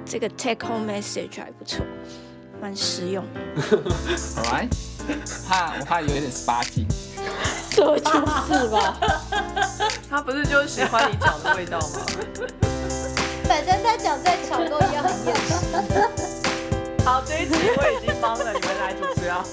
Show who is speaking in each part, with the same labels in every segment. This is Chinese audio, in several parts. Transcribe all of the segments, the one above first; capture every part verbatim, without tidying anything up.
Speaker 1: 这个 take home message 还不错，蛮实用。
Speaker 2: Alright， 我怕我怕有点 sparky。
Speaker 1: 对，就是吧。
Speaker 3: 他不是就喜欢你讲的味道吗？
Speaker 4: 反正他讲再吵都一样很厌世。
Speaker 3: 好，这一集我已经帮了你们来主持啊。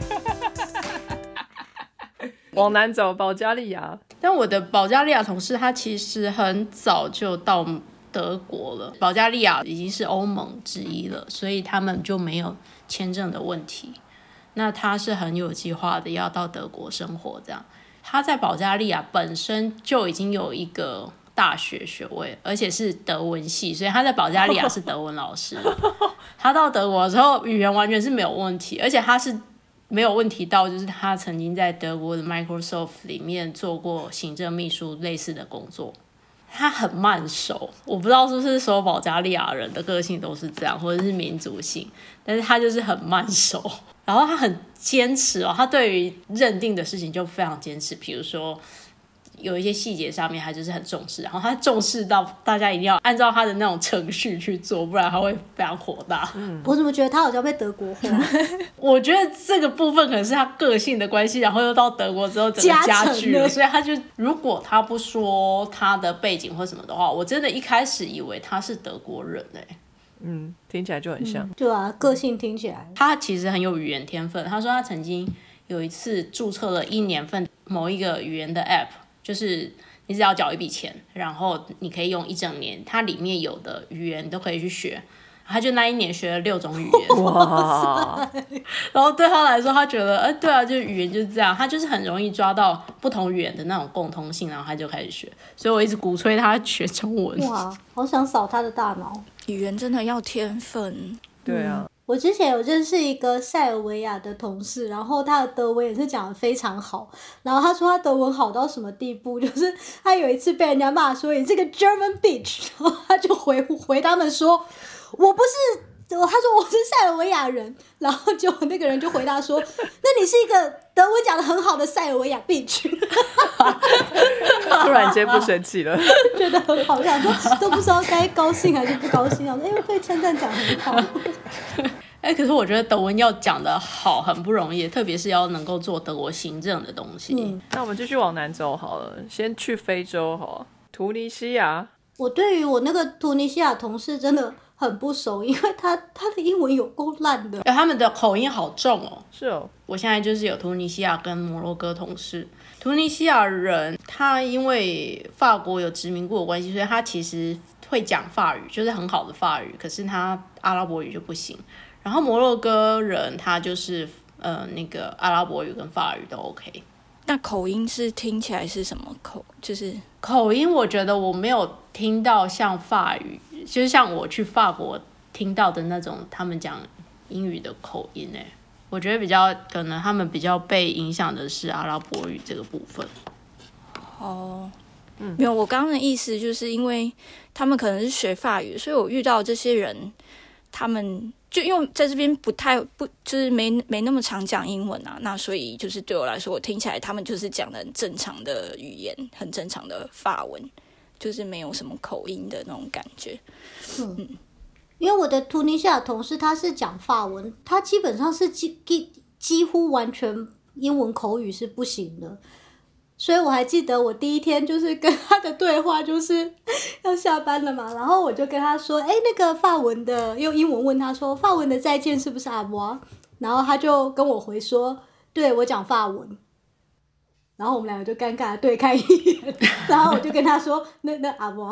Speaker 3: 往南走，保加利亚。
Speaker 5: 但我的保加利亚同事他其实很早就到德国了，保加利亚已经是欧盟之一了，所以他们就没有签证的问题。那他是很有计划的要到德国生活，这样他在保加利亚本身就已经有一个大学学位，而且是德文系，所以他在保加利亚是德文老师。他到德国的时候语言完全是没有问题，而且他是没有问题到就是他曾经在德国的 Microsoft 里面做过行政秘书类似的工作。他很慢熟，我不知道是不是所有保加利亚人的个性都是这样，或者是民族性，但是他就是很慢熟，然后他很坚持哦，他对于认定的事情就非常坚持，比如说有一些细节上面他就是很重视，然后他重视到大家一定要按照他的那种程序去做，不然他会非常火大。
Speaker 4: 嗯、我怎么觉得他好像被德国化？
Speaker 5: 我觉得这个部分可能是他个性的关系，然后又到德国之后整个加剧了，所以他就如果他不说他的背景或什么的话，我真的一开始以为他是德国人哎、欸。
Speaker 3: 嗯，听起来就很像、嗯。
Speaker 4: 对啊，个性听起来。
Speaker 5: 他其实很有语言天分，他说他曾经有一次注册了一年份某一个语言的 app。就是你只要缴一笔钱，然后你可以用一整年，它里面有的语言你都可以去学。他就那一年学了六种语言，哇！然后对他来说，他觉得，哎、呃，对啊，就语言就是这样，他就是很容易抓到不同语言的那种共通性，然后他就开始学。所以我一直鼓吹他学中文。
Speaker 4: 哇，好想扫他的大脑。
Speaker 1: 语言真的要天分。
Speaker 3: 对啊。嗯，
Speaker 4: 我之前有认识一个塞尔维亚的同事，然后他的德文也是讲得非常好，然后他说他德文好到什么地步，就是他有一次被人家骂说你这个 German bitch， 然后他就回回他们说我不是，他说我是塞尔维亚人，然后就那个人就回答说那你是一个德文讲得很好的塞尔维亚 bitch。
Speaker 3: 突然间不生气了。
Speaker 4: 觉得很好笑，都不知道该高兴还是不高兴，因为被称赞讲很好。
Speaker 5: 哎、欸，可是我觉得德文要讲得好很不容易，特别是要能够做德国行政的东西。
Speaker 4: 嗯，
Speaker 3: 那我们继续往南走好了，先去非洲好了，突尼西亚。
Speaker 4: 我对于我那个突尼西亚同事真的很不熟，因为他他的英文有够烂的，
Speaker 5: 欸，他们的口音好重哦。
Speaker 3: 是哦，
Speaker 5: 我现在就是有突尼西亚跟摩洛哥同事。突尼西亚人他因为法国有殖民过的关系，所以他其实会讲法语，就是很好的法语，可是他阿拉伯语就不行。然后摩洛哥人他就是呃那个阿拉伯语跟法语都 OK。
Speaker 1: 那口音是听起来是什么口？就是
Speaker 5: 口音，我觉得我没有听到像法语，就是像我去法国听到的那种他们讲英语的口音诶。我觉得比较可能他们比较被影响的是阿拉伯语这个部分。
Speaker 1: 哦，嗯，没有，我刚刚的意思就是因为他们可能是学法语，所以我遇到这些人，他们就因为在这边不太不就是没没那么常讲英文啊，那所以就是对我来说，我听起来他们就是讲的很正常的语言，很正常的法文，就是没有什么口音的那种感觉。
Speaker 4: 嗯。嗯，因为我的突尼西亚同事他是讲法文，他基本上是几几乎完全英文口语是不行的，所以我还记得我第一天就是跟他的对话，就是要下班了嘛，然后我就跟他说，哎，那个法文的，用英文问他说法文的再见是不是阿波？然后他就跟我回说，对，我讲法文。然后我们两个就尴尬地对看一眼，然后我就跟他说，那那阿波。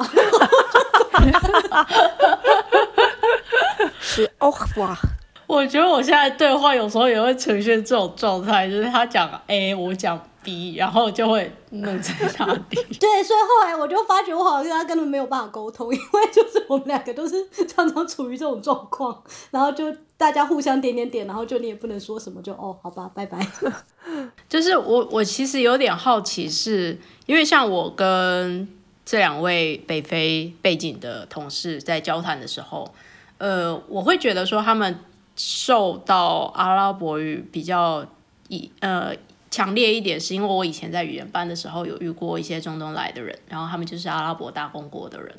Speaker 1: 是哦哇！
Speaker 5: 我觉得我现在对话有时候也会呈现这种状态，就是他讲 A， 我讲 B， 然后就会弄在哪里。
Speaker 4: 对，所以后来我就发觉我好像跟他根本没有办法沟通，因为就是我们两个都是常常处于这种状况，然后就大家互相点点点，然后就你也不能说什么，就哦好吧，拜拜。
Speaker 5: 就是我我其实有点好奇是，因为像我跟这两位北非背景的同事在交谈的时候，呃，我会觉得说他们受到阿拉伯语比较呃强烈一点，是因为我以前在语言班的时候有遇过一些中东来的人，然后他们就是阿拉伯大公国的人，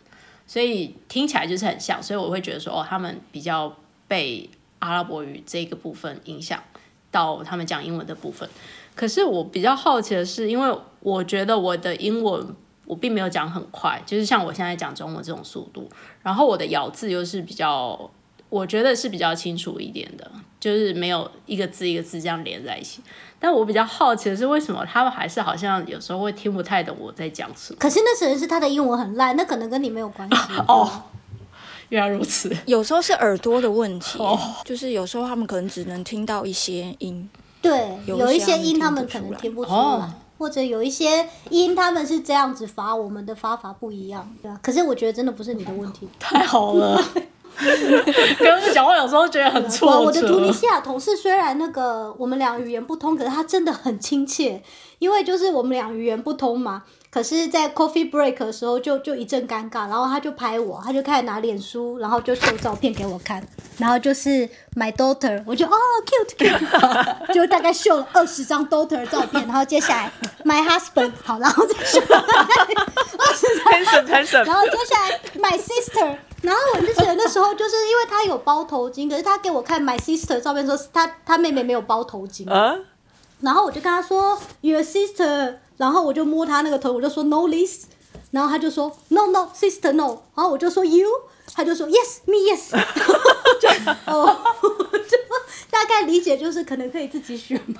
Speaker 5: 所以听起来就是很像，所以我会觉得说哦，他们比较被阿拉伯语这个部分影响到他们讲英文的部分。可是我比较好奇的是，因为我觉得我的英文我并没有讲很快，就是像我现在讲中文这种速度，然后我的咬字又是比较，我觉得是比较清楚一点的，就是没有一个字一个字这样连在一起。但我比较好奇的是，为什么他们还是好像有时候会听不太懂我在讲什么？
Speaker 4: 可是那时候是他的英文很烂，那可能跟你没有关系
Speaker 5: 哦。原来如此，
Speaker 1: 有时候是耳朵的问题，哦、就是有时候他们可能只能听到一些音，
Speaker 4: 对，有一些音他们可
Speaker 1: 能
Speaker 4: 能听不出来，哦、或者有一些音他们是这样子发，我们的发法不一样，对啊。可是我觉得真的不是你的问题，
Speaker 5: 太好了。跟他们讲话有时候觉得很挫折。
Speaker 4: 我的突尼西亚同事虽然那个我们俩语言不通，可是他真的很亲切，因为就是我们俩语言不通嘛。可是，在 coffee break 的时候就就一阵尴尬，然后他就拍我，他就开始拿脸书，然后就秀照片给我看，然后就是 my daughter， 我就哦 cute cute， 就大概秀了二十张 daughter 的照片，然后接下来 my husband， 好，然后再秀二十张
Speaker 3: handsome handsome，
Speaker 4: 然后接下来 my sister。然后我就觉得那时候就是因为他有包头巾，可是他给我看 my sister 的照片的时候，他他妹妹没有包头巾，啊、然后我就跟他说 your sister， 然后我就摸他那个头，我就说 no Liz， 然后他就说 no no sister no， 然后我就说 you， 他就说 yes me yes， 就哦，就大概理解就是可能可以自己选嘛。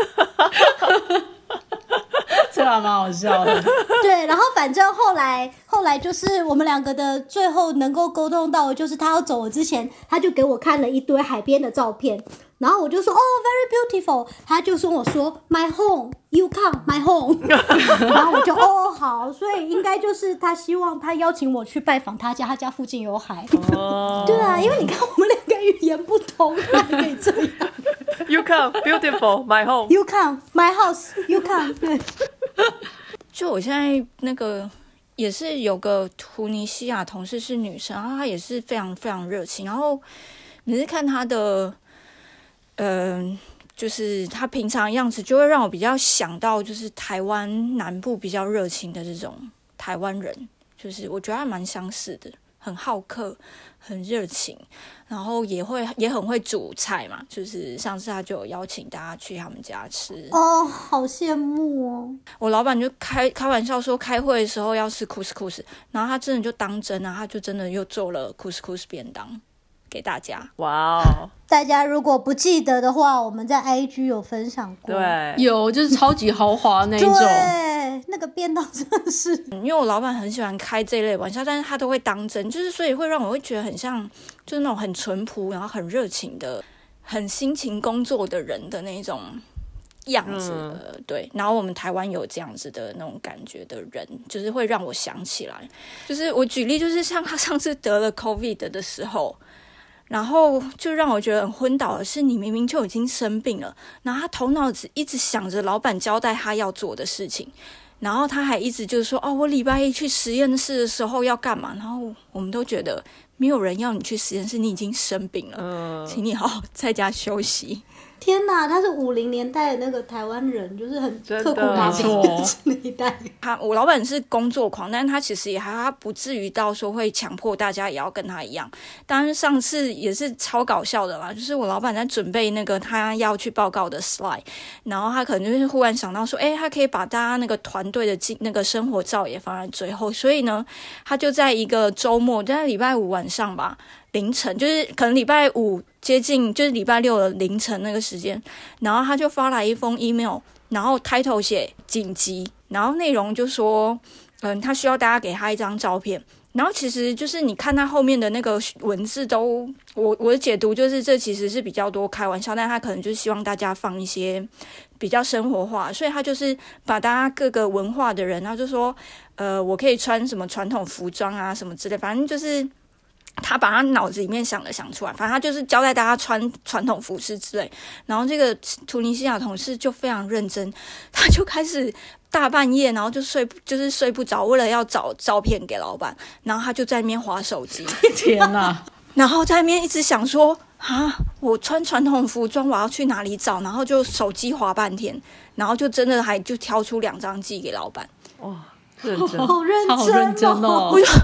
Speaker 5: 这还蛮好笑的。
Speaker 4: 对，然后反正后来后来就是我们两个的最后能够沟通到的就是他要走了之前，他就给我看了一堆海边的照片，然后我就说哦 very beautiful， 他就跟我说 my home you come my home， 然后我就哦好，所以应该就是他希望他邀请我去拜访他家，他家附近有海。哦，对啊，因为你看我们两个语言不通，还可以这样。
Speaker 3: You come beautiful my home.
Speaker 4: You come my house. You come 对。
Speaker 1: 就我现在那个也是有个突尼西亚同事是女生，然后她也是非常非常热情，然后每次看她的，嗯、呃，就是她平常的样子，就会让我比较想到就是台湾南部比较热情的这种台湾人，就是我觉得还蛮相似的，很好客，很热情。然后也会也很会煮菜嘛，就是上次他就有邀请大家去他们家吃。
Speaker 4: 哦，好羡慕哦！
Speaker 1: 我老板就开开玩笑说，开会的时候要吃 couscous， 然后他真的就当真啊，他就真的又做了 couscous 便当给大家。
Speaker 3: 哇哦！
Speaker 4: 大家如果不记得的话，我们在 I G 有分享过。
Speaker 3: 对，
Speaker 5: 有就是超级豪华那一种。
Speaker 4: 对，那个便当真的是，
Speaker 1: 因为我老板很喜欢开这一类玩笑，但是他都会当真，就是所以会让我会觉得很像，就是那种很淳朴，然后很热情的、很辛勤工作的人的那种样子。嗯、对，然后我们台湾有这样子的那种感觉的人，就是会让我想起来，就是我举例，就是像他上次得了 COVID 的时候。然后就让我觉得很昏倒的是，你明明就已经生病了，然后他头脑只一直想着老板交代他要做的事情，然后他还一直就是说，哦，我礼拜一去实验室的时候要干嘛？然后我们都觉得没有人要你去实验室，你已经生病了，嗯、请你好好在家休息。
Speaker 4: 天哪，他是五零年代的那个台湾人，就是很刻苦打拼的那一代。
Speaker 1: 他我老板是工作狂，但是他其实也还他不至于到说会强迫大家也要跟他一样。当然上次也是超搞笑的啦，就是我老板在准备那个他要去报告的 slide， 然后他可能就是忽然想到说，哎，他可以把大家那个团队的那个生活照也放在最后，所以呢，他就在一个周末，就在礼拜五晚上吧。凌晨就是可能礼拜五接近就是礼拜六的凌晨那个时间，然后他就发来一封 email， 然后 title 写紧急，然后内容就说，嗯，他需要大家给他一张照片，然后其实就是你看他后面的那个文字都，我我的解读就是这其实是比较多开玩笑，但他可能就是希望大家放一些比较生活化，所以他就是把大家各个文化的人，然后就说，呃，我可以穿什么传统服装啊什么之类，反正就是。他把他脑子里面想的想出来，反正他就是交代大家穿传统服饰之类。然后这个突尼西亚同事就非常认真，他就开始大半夜，然后就睡，就是睡不着，为了要找照片给老板，然后他就在那边滑手机。
Speaker 5: 天哪！
Speaker 1: 然后在那边一直想说啊，我穿传统服装，我要去哪里找？然后就手机滑半天，然后就真的还就挑出两张寄给老板。
Speaker 3: 哇！认真，
Speaker 4: 好认真、哦，
Speaker 5: 好认真哦！
Speaker 1: 我就我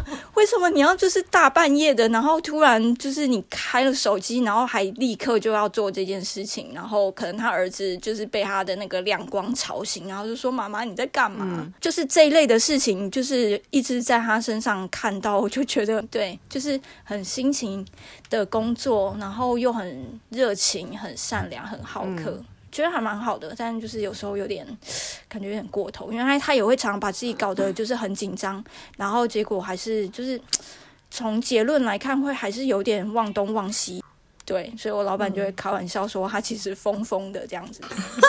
Speaker 1: 为什么你要就是大半夜的，然后突然就是你开了手机，然后还立刻就要做这件事情，然后可能他儿子就是被他的那个亮光吵醒，然后就说妈妈你在干嘛、嗯、就是这一类的事情就是一直在他身上看到，我就觉得对，就是很辛勤的工作，然后又很热情很善良很好客、嗯，觉得还蛮好的，但就是有时候有点感觉有点过头，因为他他也会常常把自己搞得就是很紧张，然后结果还是就是从结论来看会还是有点忘东忘西，对，所以我老板就会开玩笑说他其实疯疯的这样子。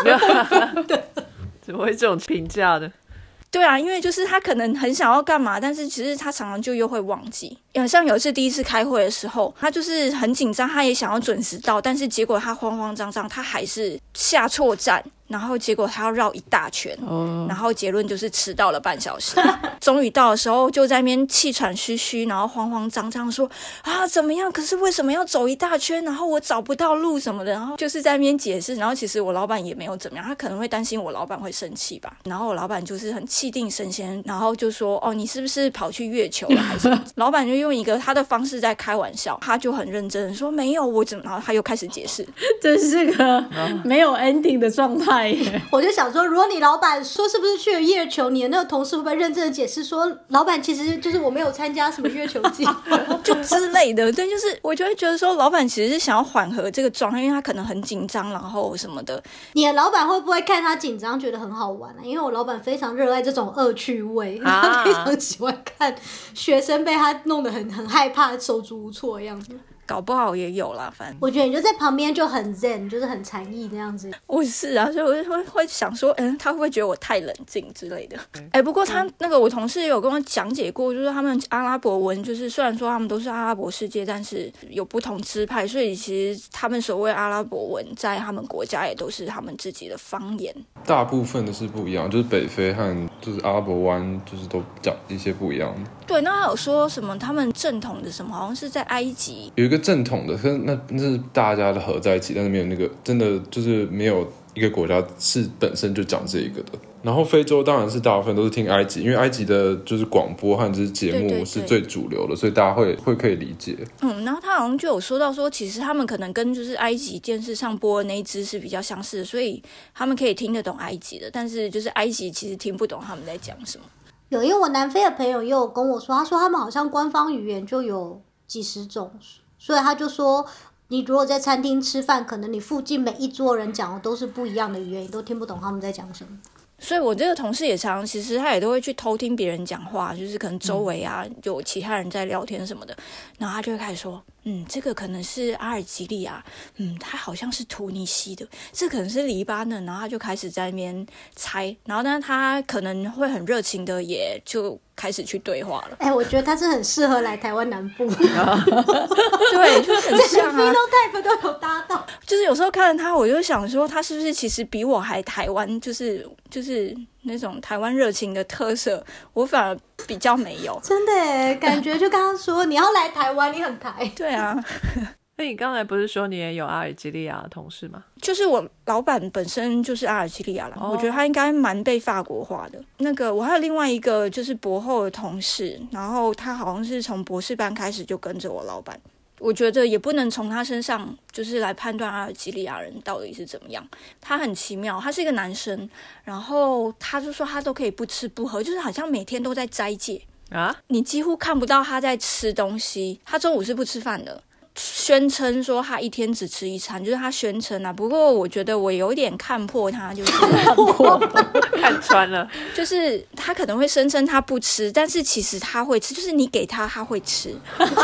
Speaker 3: 怎么会这种评价的？
Speaker 1: 对啊，因为就是他可能很想要干嘛，但是其实他常常就又会忘记。像有一次第一次开会的时候，他就是很紧张，他也想要准时到，但是结果他慌慌张张，他还是下错站，然后结果他要绕一大圈、oh. 然后结论就是迟到了半小时。终于到的时候就在那边气喘吁吁，然后慌慌张张说啊怎么样，可是为什么要走一大圈，然后我找不到路什么的，然后就是在那边解释，然后其实我老板也没有怎么样，他可能会担心我老板会生气吧，然后我老板就是很气定神闲，然后就说哦你是不是跑去月球了还是老板就用一个他的方式在开玩笑，他就很认真的说没有我怎么，然后他又开始解释，
Speaker 5: 这是个没有 ending 的状态耶。
Speaker 4: 我就想说如果你老板说是不是去了月球，你的那个同事会不会认真的解释说老板其实就是我没有参加什么月球计
Speaker 1: 就之类的，对，就是我就会觉得说老板其实是想要缓和这个状态，因为他可能很紧张然后什么的。
Speaker 4: 你的老板会不会看他紧张觉得很好玩啊？因为我老板非常热爱这种恶趣味、啊、他非常喜欢看学生被他弄得很很害怕手足无措的样子，
Speaker 1: 搞不好也有啦，反正
Speaker 4: 我觉得你就在旁边就很 zen， 就是很禅意那样子。
Speaker 1: 我是啊，所以我就会会想说，嗯，他会不会觉得我太冷静之类的？哎、欸，不过他那个我同事有跟我讲解过，就是他们阿拉伯文，就是虽然说他们都是阿拉伯世界，但是有不同支派，所以其实他们所谓阿拉伯文在他们国家也都是他们自己的方言。
Speaker 6: 大部分的是不一样，就是北非和就是阿拉伯湾，就是都讲一些不一样的。
Speaker 1: 对，那他有说什么？他们正统的什么，好像是在埃及
Speaker 6: 有一个正统的，可是那那是大家的合在一起，但是没有那个真的就是没有一个国家是本身就讲这一个的。然后非洲当然是大部分都是听埃及，因为埃及的就是广播和就是节目是最主流的，对对对，所以大家会会可以理解。
Speaker 1: 嗯，然后他好像就有说到说，其实他们可能跟就是埃及电视上播的那一支是比较相似的，所以他们可以听得懂埃及的，但是就是埃及其实听不懂他们在讲什么。
Speaker 4: 有，因为我南非的朋友也有跟我说，他说他们好像官方语言就有几十种，所以他就说你如果在餐厅吃饭，可能你附近每一桌人讲的都是不一样的语言，你都听不懂他们在讲什么。
Speaker 1: 所以我这个同事也常其实他也都会去偷听别人讲话，就是可能周围啊、嗯、有其他人在聊天什么的，然后他就会开始说嗯，这个可能是阿尔及利亚，嗯，他好像是突尼西的，这可能是黎巴嫩，然后他就开始在那边猜，然后但是他可能会很热情的也就开始去对话了。
Speaker 4: 哎、欸，我觉得他是很适合来台湾南部
Speaker 1: 对，就是很像啊
Speaker 4: phenotype 都有搭到，
Speaker 1: 就是有时候看着他我就想说他是不是其实比我还台湾，就是就是那种台湾热情的特色我反而比较没有。
Speaker 4: 真的耶，感觉就刚刚说你要来台湾你很台。
Speaker 1: 对啊
Speaker 3: 那你刚才不是说你也有阿尔及利亚的同事吗？
Speaker 1: 就是我老板本身就是阿尔及利亚啦、oh. 我觉得他应该蛮被法国化的。那个我还有另外一个就是博后的同事，然后他好像是从博士班开始就跟着我老板，我觉得也不能从他身上就是来判断阿尔及利亚人到底是怎么样。他很奇妙，他是一个男生，然后他就说他都可以不吃不喝，就是好像每天都在斋戒啊，你几乎看不到他在吃东西，他中午是不吃饭的，宣称说他一天只吃一餐，就是他宣称啊。不过我觉得我有点看破他，就是看破
Speaker 3: 看穿了，
Speaker 1: 就是他可能会声称他不吃，但是其实他会吃，就是你给他他会吃。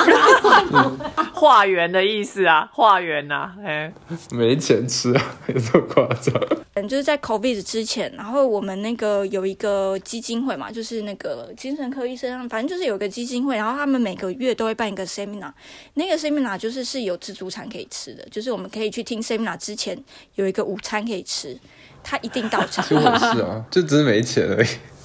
Speaker 3: 化缘的意思啊，化缘啊，哎，
Speaker 6: 没钱吃啊，有这么夸张？
Speaker 1: 嗯，就是在 COVID 之前，然后我们那个有一个基金会嘛，就是那个精神科医生，反正就是有一个基金会，然后他们每个月都会办一个 seminar， 那个 seminar 就是是有自助餐可以吃的，就是我们可以去听 seminar 之前有一个午餐可以吃，他一定到场。
Speaker 6: 其实我是啊，就只是没钱而已。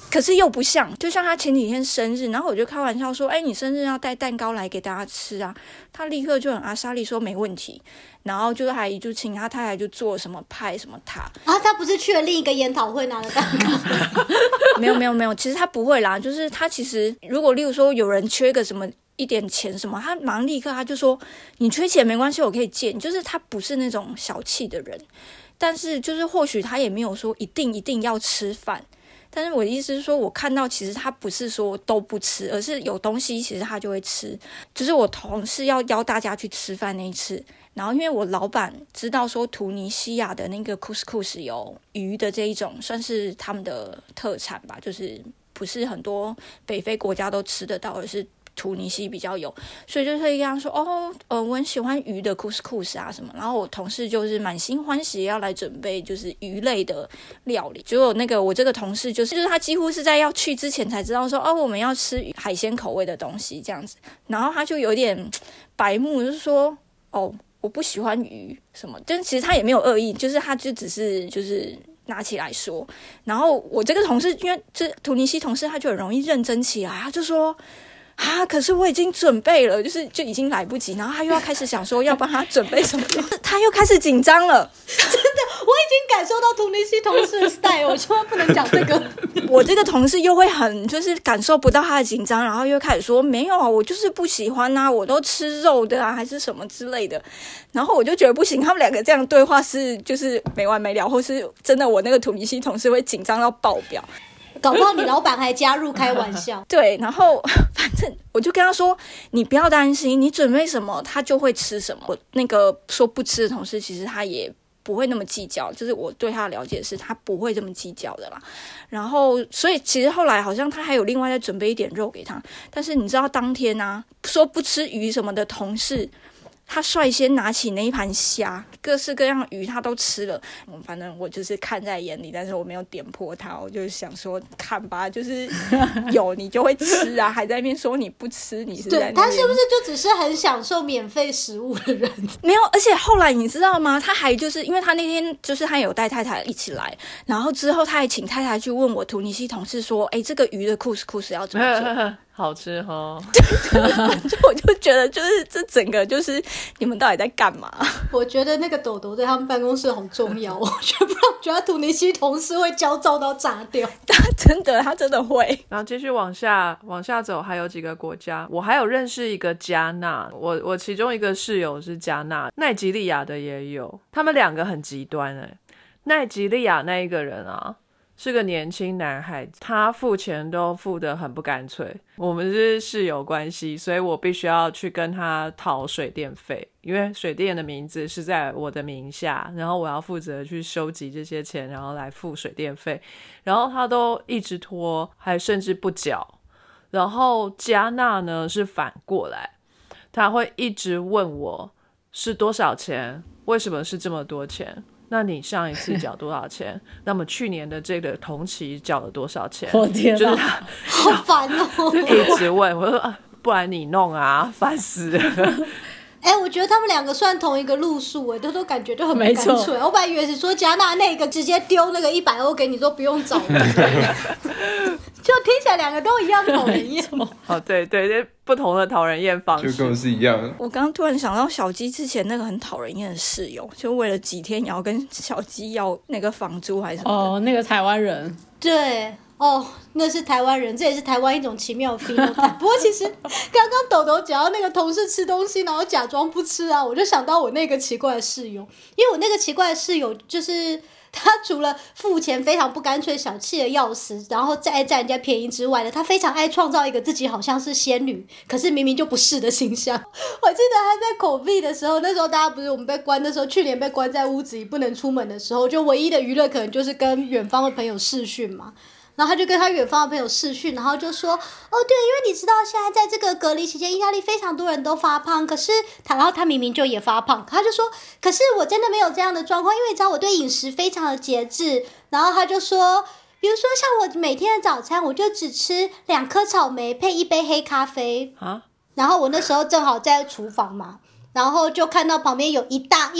Speaker 1: 可是又不像，就像他前几天生日，然后我就开玩笑说，哎，你生日要带蛋糕来给大家吃啊，他立刻就很阿莎莉说没问题，然后就还就请他太太就做什么派什么塔
Speaker 4: 啊，他不是去了另一个研讨会拿了蛋糕？
Speaker 1: 没有没有没有，其实他不会啦，就是他其实如果例如说有人缺个什么一点钱什么，他马上立刻他就说你缺钱没关系，我可以借你，就是他不是那种小气的人，但是就是或许他也没有说一定一定要吃饭。但是我的意思是说，我看到其实他不是说都不吃，而是有东西其实他就会吃。就是我同事要邀大家去吃饭那一次，然后因为我老板知道说突尼西亚的那个 couscous 有鱼的这一种，算是他们的特产吧，就是不是很多北非国家都吃得到，而是突尼西比较有，所以就会跟他说哦，呃，我很喜欢鱼的 couscous 啊什么，然后我同事就是满心欢喜要来准备就是鱼类的料理，结果那个我这个同事就是就是他几乎是在要去之前才知道说哦我们要吃海鲜口味的东西这样子，然后他就有点白目，就是说哦我不喜欢鱼什么，但其实他也没有恶意，就是他就只是就是拿起来说，然后我这个同事因为这突尼西同事他就很容易认真起来，他就说啊！可是我已经准备了，就是就已经来不及，然后他又要开始想说要帮他准备什么，他又开始紧张了。
Speaker 4: 真的，我已经感受到突尼西同事的 style， 我千万不能讲这个。
Speaker 1: 我这个同事又会很就是感受不到他的紧张，然后又开始说没有啊，我就是不喜欢啊，我都吃肉的啊，还是什么之类的。然后我就觉得不行，他们两个这样对话是就是没完没了，或是真的我那个突尼西同事会紧张到爆表。
Speaker 4: 搞不好你老板还加入开玩笑。
Speaker 1: 对，然后反正我就跟他说你不要担心，你准备什么他就会吃什么。我那个说不吃的同事其实他也不会那么计较，就是我对他的了解是他不会这么计较的啦。然后所以其实后来好像他还有另外再准备一点肉给他，但是你知道当天啊说不吃鱼什么的同事，他率先拿起那一盘虾，各式各样的鱼他都吃了。反正我就是看在眼里，但是我没有点破他，我就想说看吧，就是有你就会吃啊，还在那边说你不吃，你是在那边。
Speaker 4: 对，他是不是就只是很享受免费食物的人？
Speaker 1: 没有，而且后来你知道吗？他还就是因为他那天就是他有带太太一起来，然后之后他还请太太去问我突尼西同事说，哎，这个鱼的 couscous 要怎么做？
Speaker 3: 好吃哦。
Speaker 1: 就我就觉得就是这整个就是你们到底在干嘛？
Speaker 4: 我觉得那个豆豆在他们办公室好重要，我觉得不然我觉得突尼西同事会焦躁到炸掉。
Speaker 1: 他真的他真的会。
Speaker 3: 然后继续往下往下走，还有几个国家，我还有认识一个加纳，我我其中一个室友是加纳，奈及利亚的也有，他们两个很极端哎、欸。奈及利亚那一个人啊是个年轻男孩子，他付钱都付得很不干脆，我们是室友关系，所以我必须要去跟他讨水电费，因为水电的名字是在我的名下，然后我要负责去收集这些钱，然后来付水电费，然后他都一直拖，还甚至不缴。然后加纳呢是反过来，他会一直问我是多少钱，为什么是这么多钱，那你上一次缴多少钱？那么去年的这个同期缴了多少钱？
Speaker 5: 我天啊，
Speaker 3: 就是他
Speaker 4: 好烦哦！
Speaker 3: 就一直问我说、啊、不然你弄啊，烦死了。
Speaker 4: 哎、欸，我觉得他们两个算同一个路数，哎，都都感觉就很不干脆。我本来以为是说加纳那个直接丢那个一百欧给你，说不用找了，就听起来两个都一样讨人厌。
Speaker 3: 哦，对对，不同的讨人厌方式，
Speaker 6: 就跟我是一样。
Speaker 1: 我刚刚突然想到小鸡之前那个很讨人厌的室友，就为了几天也要跟小鸡要那个房租还是什么的。
Speaker 5: 哦，那个台湾人。
Speaker 4: 对。哦，那是台湾人，这也是台湾一种奇妙的 feel。不过其实刚刚豆豆讲到那个同事吃东西，然后假装不吃啊，我就想到我那个奇怪的室友，因为我那个奇怪的室友就是他除了付钱非常不干脆、小气的要死，然后再占人家便宜之外呢，他非常爱创造一个自己好像是仙女，可是明明就不是的形象。我记得他在口闭的时候，那时候大家不是我们被关的时候，去年被关在屋子里不能出门的时候，就唯一的娱乐可能就是跟远方的朋友视讯嘛。然后他就跟他远方的朋友视讯，然后就说，哦对，因为你知道现在在这个隔离期间，意大利非常多人都发胖，可是他，然后他明明就也发胖，他就说，可是我真的没有这样的状况，因为你知道我对饮食非常的节制。然后他就说，比如说像我每天的早餐，我就只吃两颗草莓配一杯黑咖啡啊。然后我那时候正好在厨房嘛，然后就看到旁边有一大，因为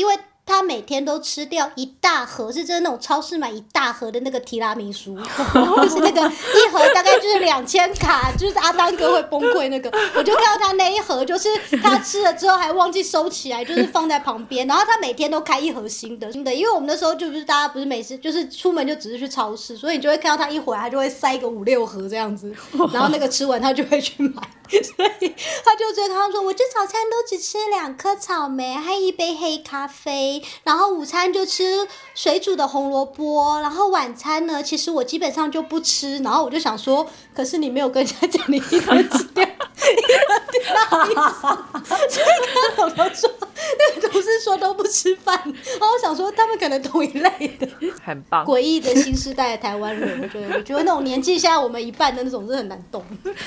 Speaker 4: 他每天都吃掉一大盒，是真的那种超市买一大盒的那个提拉米苏，就是那个一盒大概就是两千卡，就是阿当哥会崩溃那个。我就看到他那一盒，就是他吃了之后还忘记收起来，就是放在旁边。然后他每天都开一盒新的新的，因为我们那时候就不是大家不是每次就是出门就只是去超市，所以你就会看到他一回来，他就会塞个五六盒这样子，然后那个吃完他就会去买，所以他就最他说，我这早餐都只吃两颗草莓，还一杯黑咖啡。然后午餐就吃水煮的红萝卜，然后晚餐呢，其实我基本上就不吃。然后我就想说，可是你没有跟人家讲你一天吃掉一个提拉米苏，所以跟他老头说，那个同事说都不吃饭。然后我想说，他们可能同一类的，
Speaker 3: 很棒。
Speaker 4: 诡异的新时代的台湾人，我觉得，我觉得那种年纪现在我们一半的那种，真的很难懂。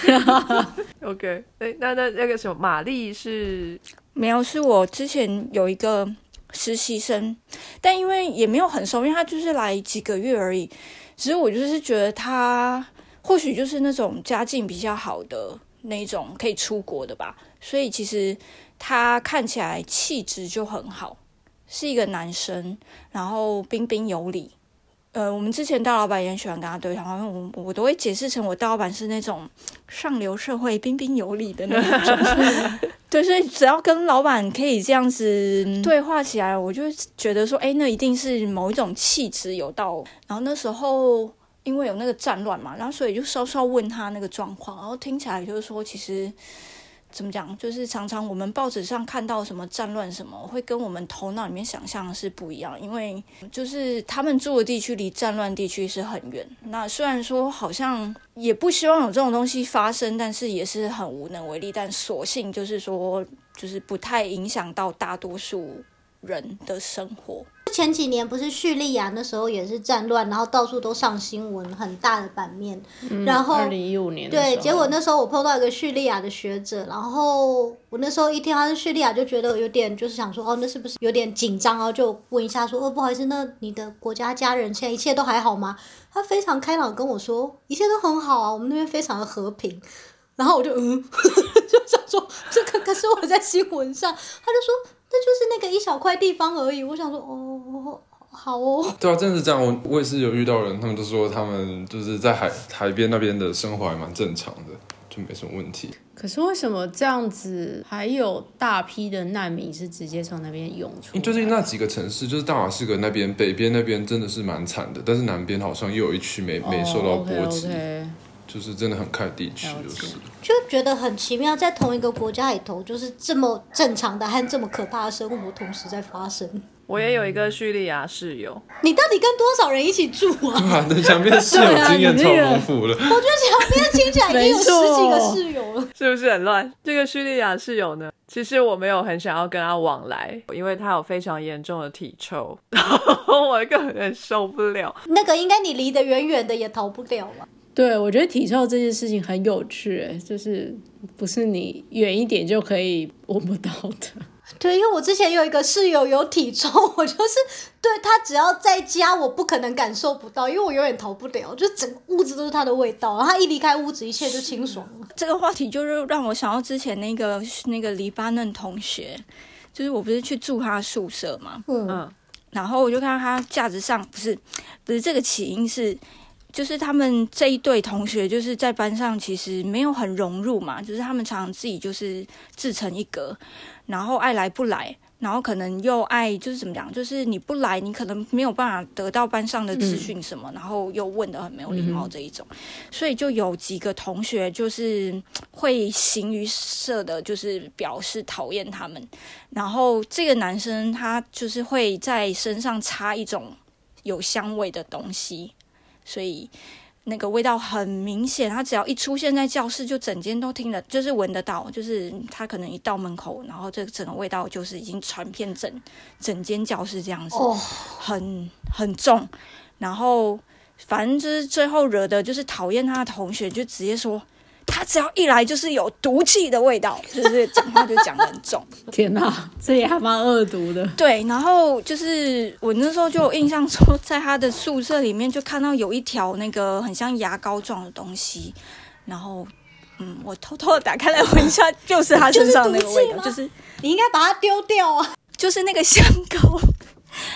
Speaker 3: OK， 哎，那那那个什么，玛丽是
Speaker 1: 没有，是我之前有一个实习生，但因为也没有很熟，因为他就是来几个月而已。只是我就是觉得他或许就是那种家境比较好的那种可以出国的吧，所以其实他看起来气质就很好，是一个男生，然后彬彬有礼。呃，我们之前大老板也很喜欢跟他对谈，我我都会解释成我大老板是那种上流社会彬彬有礼的那种。对，所以只要跟老板可以这样子对话起来，我就觉得说，哎，那一定是某一种气质有到。然后那时候因为有那个战乱嘛，然后所以就稍稍问他那个状况，然后听起来就是说，其实怎么讲，就是常常我们报纸上看到什么战乱什么，会跟我们头脑里面想象的是不一样，因为就是他们住的地区离战乱地区是很远。那虽然说好像也不希望有这种东西发生，但是也是很无能为力，但所幸就是说，就是不太影响到大多数人的生活。
Speaker 4: 前几年不是叙利亚那时候也是战乱，然后到处都上新闻，很大的版面。
Speaker 5: 嗯、
Speaker 4: 然后
Speaker 5: 二零一五年的时候，
Speaker 4: 对，结果那时候我碰到一个叙利亚的学者，然后我那时候一听他是叙利亚，就觉得有点就是想说，哦，那是不是有点紧张？然后就问一下说，哦，不好意思，那你的国家家人现在一切都还好吗？他非常开朗跟我说，一切都很好啊，我们那边非常的和平。然后我就嗯，就想说这个可是我在新闻上，他就说这就是那个一小块地方而已。我想说哦，好哦。
Speaker 6: 对啊，真的是这样。我我也是有遇到人，他们都说他们就是在海海边那边的生活还蛮正常的，就没什么问题。
Speaker 5: 可是为什么这样子还有大批的难民是直接从那边涌出来？
Speaker 6: 就是那几个城市，就是大马士革那边、北边那边真的是蛮惨的，但是南边好像又有一区没没受到波及。
Speaker 5: Oh, okay, okay.
Speaker 6: 就是真的很看地区，就是
Speaker 4: 就觉得很奇妙，在同一个国家里头，就是这么正常的和这么可怕的生活同时在发生。
Speaker 3: 我也有一个叙利亚室友，
Speaker 4: 你到底跟多少人一起住啊？
Speaker 6: 哇，那墙边室友经验超丰富了。
Speaker 4: 我觉得墙边听起来已经有十几个室友了，
Speaker 3: 是不是很乱？这个叙利亚室友呢，其实我没有很想要跟他往来，因为他有非常严重的体臭，然后我根本受不了。
Speaker 4: 那个应该你离得远远的也逃不了吧？
Speaker 5: 对，我觉得体臭这件事情很有趣，就是不是你远一点就可以闻不到的。
Speaker 4: 对，因为我之前有一个室友有体臭，我就是对他只要在家，我不可能感受不到，因为我永远逃不了，就整个屋子都是他的味道，然后他一离开屋子，一切就清爽了。
Speaker 1: 这个话题就是让我想到之前那个那个黎巴嫩同学，就是我不是去住他宿舍嘛，
Speaker 4: 嗯，
Speaker 1: 然后我就看到他架子上，不是不是这个起因是。就是他们这一对同学就是在班上其实没有很融入嘛，就是他们常常自己就是自成一格，然后爱来不来，然后可能又爱就是怎么讲，就是你不来你可能没有办法得到班上的资讯什么、嗯、然后又问得很没有礼貌这一种、嗯、所以就有几个同学就是会形于色的就是表示讨厌他们，然后这个男生他就是会在身上擦一种有香味的东西，所以那个味道很明显，他只要一出现在教室就整间都听得就是闻得到，就是他可能一到门口，然后这整个味道就是已经传遍整整间教室这样子、哦、很很重，然后反正就是最后惹的就是讨厌他的同学就直接说他只要一来就是有毒气的味道，就是讲话就讲得很重。
Speaker 5: 天哪，这也还蛮恶毒的。
Speaker 1: 对，然后就是我那时候就有印象说，在他的宿舍里面就看到有一条那个很像牙膏状的东西，然后嗯，我偷偷的打开来闻一下，就是他身上那个味道，就是、就是、
Speaker 4: 你应该把它丢掉啊，
Speaker 1: 就是那个香膏。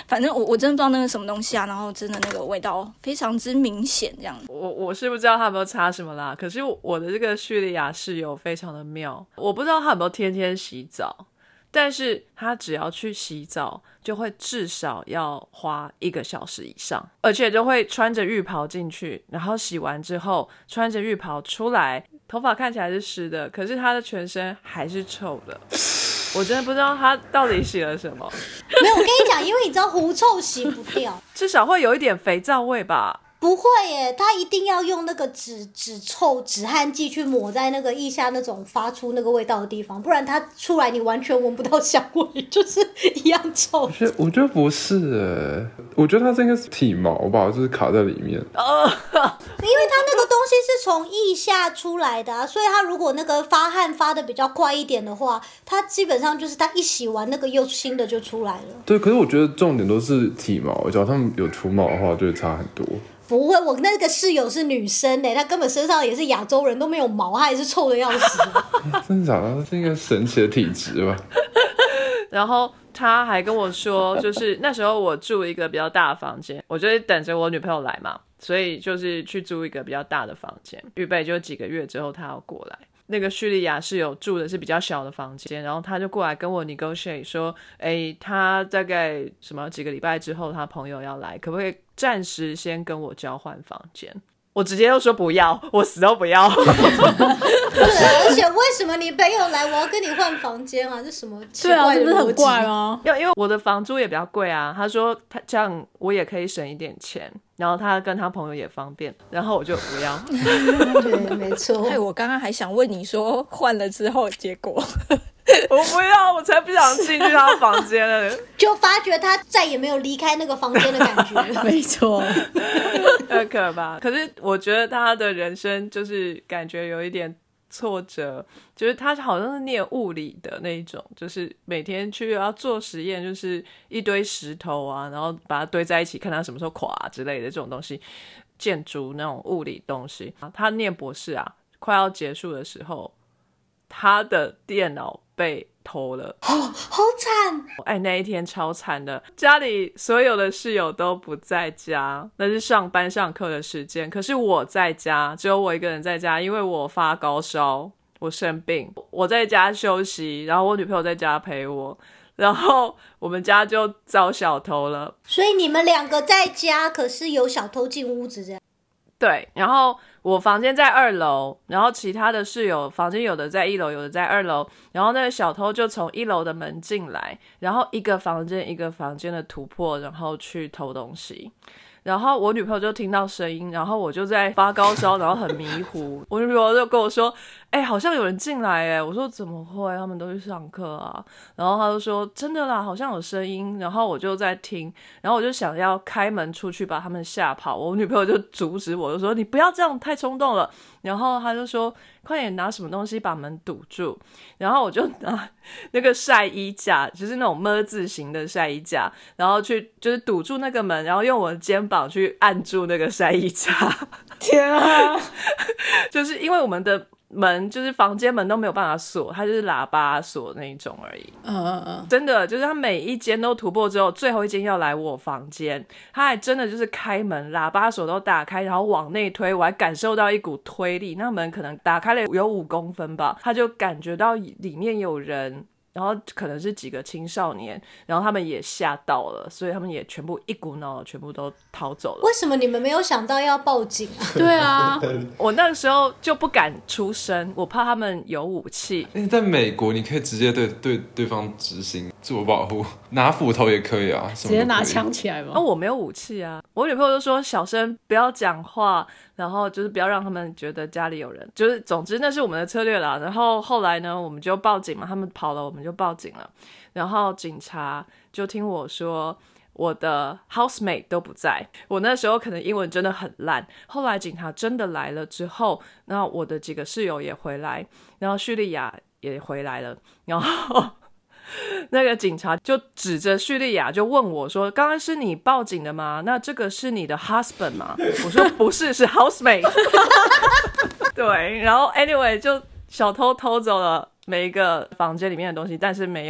Speaker 1: 反正我我真的不知道那个什么东西啊，然后真的那个味道非常之明显，这样子。
Speaker 3: 我我是不知道他有没有擦什么啦，可是我的这个叙利亚室友非常的妙，我不知道他有没有天天洗澡，但是他只要去洗澡就会至少要花一个小时以上，而且就会穿着浴袍进去，然后洗完之后穿着浴袍出来，头发看起来是湿的，可是他的全身还是臭的。我真的不知道他到底洗了什么。
Speaker 4: 没有，我跟你讲，因为你知道狐臭洗不掉，
Speaker 3: 至少会有一点肥皂味吧。
Speaker 4: 不会耶，他一定要用那个止止臭止汗剂去抹在那个腋下那种发出那个味道的地方，不然它出来你完全闻不到香味，就是一样臭。
Speaker 6: 我觉得我觉得不是哎，我觉得它这应该是体毛吧，就是卡在里面。
Speaker 3: 呃，
Speaker 4: 因为它那个东西是从腋下出来的啊，所以它如果那个发汗发的比较快一点的话，它基本上就是它一洗完那个又新的就出来了。
Speaker 6: 对，可是我觉得重点都是体毛，只要他们有除毛的话，就会差很多。
Speaker 4: 不会，我那个室友是女生欸，她根本身上也是亚洲人，都没有毛，她也是臭的要死。
Speaker 6: 真的假的？这应该神奇的体质吧？
Speaker 3: 然后他还跟我说，就是那时候我住一个比较大的房间，我就是等着我女朋友来嘛，所以就是去租一个比较大的房间，预备就几个月之后他要过来。那个叙利亚室友住的是比较小的房间，然后他就过来跟我 negotiate 说，哎，他大概什么几个礼拜之后他朋友要来，可不可以暂时先跟我交换房间？我直接就说不要，我死都不要。
Speaker 4: 对，而且为什么你朋友来我要跟你换房间啊？这什么奇
Speaker 5: 对啊，
Speaker 4: 怪的
Speaker 5: 这不是很
Speaker 4: 逻辑
Speaker 5: 怪吗？
Speaker 3: 因为因为我的房租也比较贵啊，他说他这样我也可以省一点钱，然后他跟他朋友也方便，然后我就不要。
Speaker 4: 对，没错。
Speaker 1: 哎，我刚刚还想问你说换了之后结果。
Speaker 3: 我不要，我才不想进去他房间了。
Speaker 4: 就发觉他再也没有离开那个房间的感觉了。
Speaker 5: 没错，
Speaker 3: 很可怕。可是我觉得他的人生就是感觉有一点挫折，就是他好像是念物理的那一种，就是每天去要做实验，就是一堆石头啊，然后把它堆在一起，看它什么时候垮、啊、之类的这种东西，建筑那种物理东西。他念博士啊，快要结束的时候，他的电脑被偷了，
Speaker 4: 哦，好惨！
Speaker 3: 哎，那一天超惨的，家里所有的室友都不在家，那是上班上课的时间。可是我在家，只有我一个人在家，因为我发高烧，我生病，我在家休息，然后我女朋友在家陪我，然后我们家就遭小偷了。
Speaker 4: 所以你们两个在家，可是有小偷进屋子这样。
Speaker 3: 对，然后我房间在二楼，然后其他的室友房间有的在一楼，有的在二楼，然后那个小偷就从一楼的门进来，然后一个房间一个房间的突破，然后去偷东西。然后我女朋友就听到声音，然后我就在发高烧，然后很迷糊。我女朋友就跟我说：“哎、欸，好像有人进来哎。”我说：“怎么会？他们都去上课啊。”然后他就说：“真的啦，好像有声音。”然后我就在听，然后我就想要开门出去把他们吓跑。我女朋友就阻止我，就说：“你不要这样，太冲动了。”然后他就说：“快点拿什么东西把门堵住。”然后我就拿那个晒衣架，就是那种么字形的晒衣架，然后去就是堵住那个门，然后用我的肩膀去按住那个晒衣架。
Speaker 5: 天啊！
Speaker 3: 就是因为我们的门就是房间门都没有办法锁，它就是喇叭锁那一种而已。
Speaker 5: 嗯嗯嗯，
Speaker 3: 真的就是他每一间都突破之后，最后一间要来我房间，他还真的就是开门，喇叭锁都打开，然后往内推，我还感受到一股推力，那门可能打开了有五公分吧，他就感觉到里面有人。然后可能是几个青少年，然后他们也吓到了，所以他们也全部一股脑的全部都逃走了。
Speaker 4: 为什么你们没有想到要报警啊？
Speaker 5: 对啊，
Speaker 3: 我那个时候就不敢出声，我怕他们有武器。
Speaker 6: 因为在美国，你可以直接对对对方执行自我保护，拿斧头也可以啊，
Speaker 5: 直接拿枪起来
Speaker 3: 啊、
Speaker 5: 吗？
Speaker 3: 我没有武器啊。我女朋友就说小声不要讲话，然后就是不要让他们觉得家里有人，就是总之那是我们的策略啦。然后后来呢，我们就报警嘛，他们跑了，我们就报警了。然后警察就听我说我的 housemate 都不在，我那时候可能英文真的很烂。后来警察真的来了之后，那我的几个室友也回来，然后叙利亚也回来了，然后那个警察就指着叙利亚就问我说：“刚刚是你报警的吗？那这个是你的 husband 吗？”我说：“不是，是 housemate。”对，然后 anyway 就小偷偷走了每一个房间里面的东西，但是没有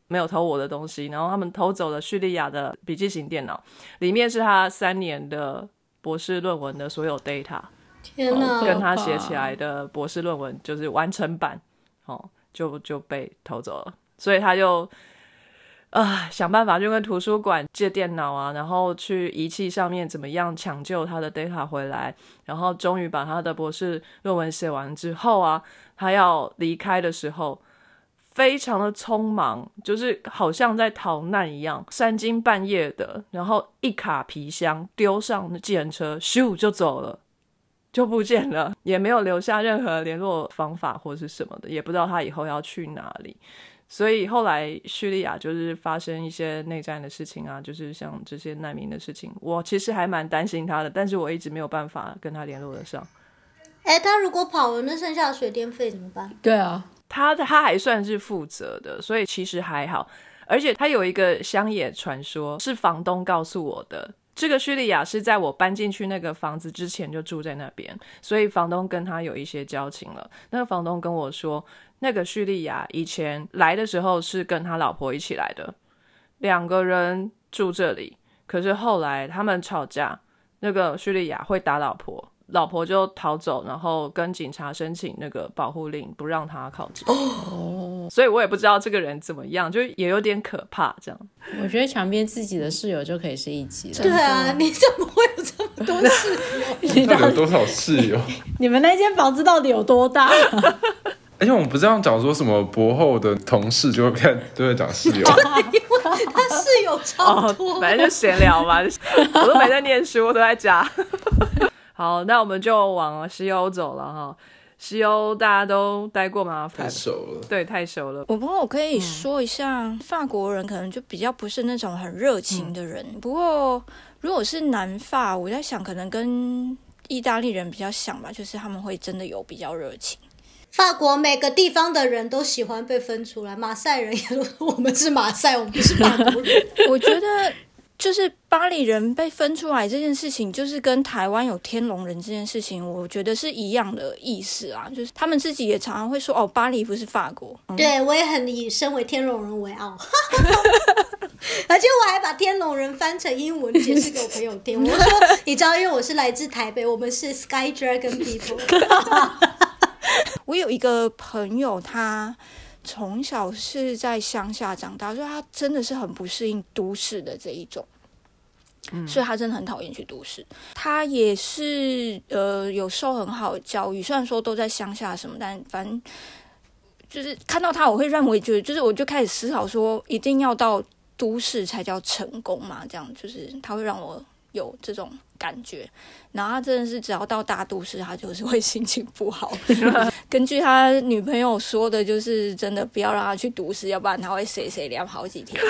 Speaker 3: 没有偷我的东西，然后他们偷走了叙利亚的笔记型电脑，里面是他三年的博士论文的所有 data，
Speaker 4: 天哪，
Speaker 3: 跟他写起来的博士论文就是完成版，哦，就就被偷走了，所以他就呃想办法就跟图书馆借电脑啊，然后去仪器上面怎么样抢救他的 data 回来，然后终于把他的博士论文写完之后啊，他要离开的时候非常的匆忙，就是好像在逃难一样，三更半夜的，然后一卡皮箱丢上计程车，咻就走了，就不见了，也没有留下任何联络方法或是什么的，也不知道他以后要去哪里。所以后来叙利亚就是发生一些内战的事情啊，就是像这些难民的事情，我其实还蛮担心他的，但是我一直没有办法跟他联络得上。
Speaker 4: 哎，他如果跑了，那剩下的水电费怎么办？
Speaker 5: 对啊，
Speaker 3: 他他还算是负责的，所以其实还好。而且他有一个乡野传说，是房东告诉我的。这个叙利亚是在我搬进去那个房子之前就住在那边，所以房东跟他有一些交情了。那个房东跟我说，那个叙利亚以前来的时候是跟他老婆一起来的，两个人住这里，可是后来他们吵架，那个叙利亚会打老婆，老婆就逃走，然后跟警察申请那个保护令，不让他靠近。哦，所以我也不知道这个人怎么样，就也有点可怕这样。
Speaker 5: 我觉得墙边自己的室友就可以是一集了。
Speaker 4: 对啊，你怎么会有这么多室友？
Speaker 6: 到底有多少室友？
Speaker 5: 你们那间房子到底有多大？
Speaker 6: 而且我们不是这样讲说什么博后的同事就会变就会讲室友，
Speaker 4: 他室友超多，
Speaker 3: 哦，反正就闲聊嘛，我都没在念书，我都在家。好，那我们就往西欧走了哈。西欧大家都待过吗？
Speaker 6: 太熟了，
Speaker 3: 对，太熟了。
Speaker 1: 我不过我可以说一下，嗯、法国人可能就比较不是那种很热情的人。嗯、不过如果是南法，我在想可能跟意大利人比较像吧，就是他们会真的有比较热情。
Speaker 4: 法国每个地方的人都喜欢被分出来，马赛人也都说我们是马赛，我们不是法国人。
Speaker 1: 我觉得就是巴黎人被分出来这件事情，就是跟台湾有天龙人这件事情，我觉得是一样的意思啊。就是他们自己也常常会说，哦，巴黎不是法国。嗯、
Speaker 4: 对，我也很以身为天龙人为傲。而且我还把天龙人翻成英文解释给我朋友听。我说，你知道，因为我是来自台北，我们是 Sky Dragon People。
Speaker 1: 我有一个朋友，他从小是在乡下长大，所以他真的是很不适应都市的这一种，嗯、所以他真的很讨厌去都市。他也是呃有受很好的教育，虽然说都在乡下什么，但反正就是看到他，我会认为觉得，就是我就开始思考说，一定要到都市才叫成功嘛？这样就是他会让我有这种感觉。然后他真的是只要到大都市，他就是会心情不好。根据他女朋友说的，就是真的不要让他去都市，要不然他会谁谁凉好几天。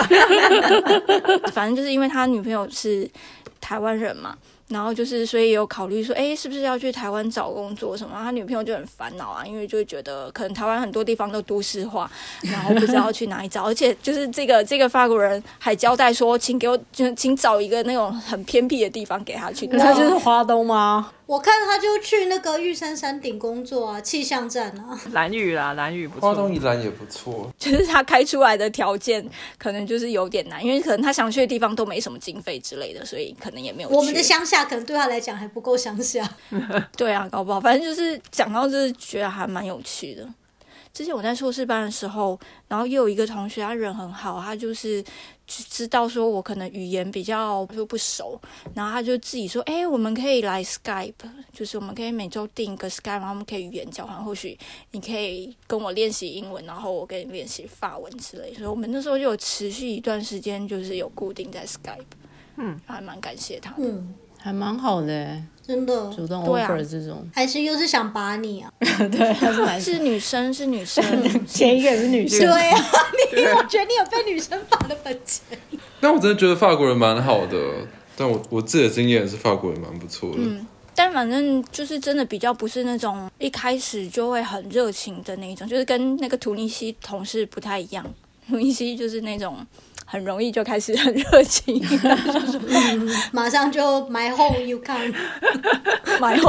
Speaker 1: 反正就是因为他女朋友是台湾人嘛，然后就是所以有考虑说，哎，是不是要去台湾找工作什么？他女朋友就很烦恼啊，因为就会觉得可能台湾很多地方都都市化，然后不知道去哪里找，而且就是这个这个法国人还交代说，请给我，请找一个那种很偏僻的地方给他去找。
Speaker 5: 他就是花东吗？
Speaker 4: 我看他就去那个玉山山顶工作啊，气象站啊。
Speaker 3: 兰屿啦，兰屿不错。
Speaker 6: 花东宜兰也不错。
Speaker 1: 就是他开出来的条件可能就是有点难，因为可能他想去的地方都没什么经费之类的，所以可能也没有去。
Speaker 4: 我们的乡下可能对他来讲还不够乡下。
Speaker 1: 对啊，搞不好，反正就是讲到这，觉得还蛮有趣的。之前我在硕士班的时候，然后也有一个同学，他人很好，他就是知道说我可能语言比较就不熟，然后他就自己说，哎、欸，我们可以来 Skype， 就是我们可以每周订一个 Skype， 然后我们可以语言交换，或许你可以跟我练习英文，然后我跟你练习法文之类的。所以我们那时候就有持续一段时间，就是有固定在 Skype， 嗯，还蛮感谢他的，
Speaker 4: 嗯，
Speaker 5: 还蛮好的，
Speaker 4: 真的
Speaker 5: 主动 offer 这种，
Speaker 4: 还是又是想把你啊？
Speaker 5: 对，他是男
Speaker 1: 是女生，是女生，
Speaker 5: 前一个也是女生，
Speaker 4: 对啊，你我觉得你有被女生把的本钱。
Speaker 6: 但我真的觉得法国人蛮好的，但我我自己的经验是法国人蛮不错的。
Speaker 1: 嗯，但反正就是真的比较不是那种一开始就会很热情的那一种，就是跟那个突尼西同事不太一样。突尼西就是那种很容易就开始很热情，
Speaker 4: 嗯、马上就 my home you can
Speaker 1: my home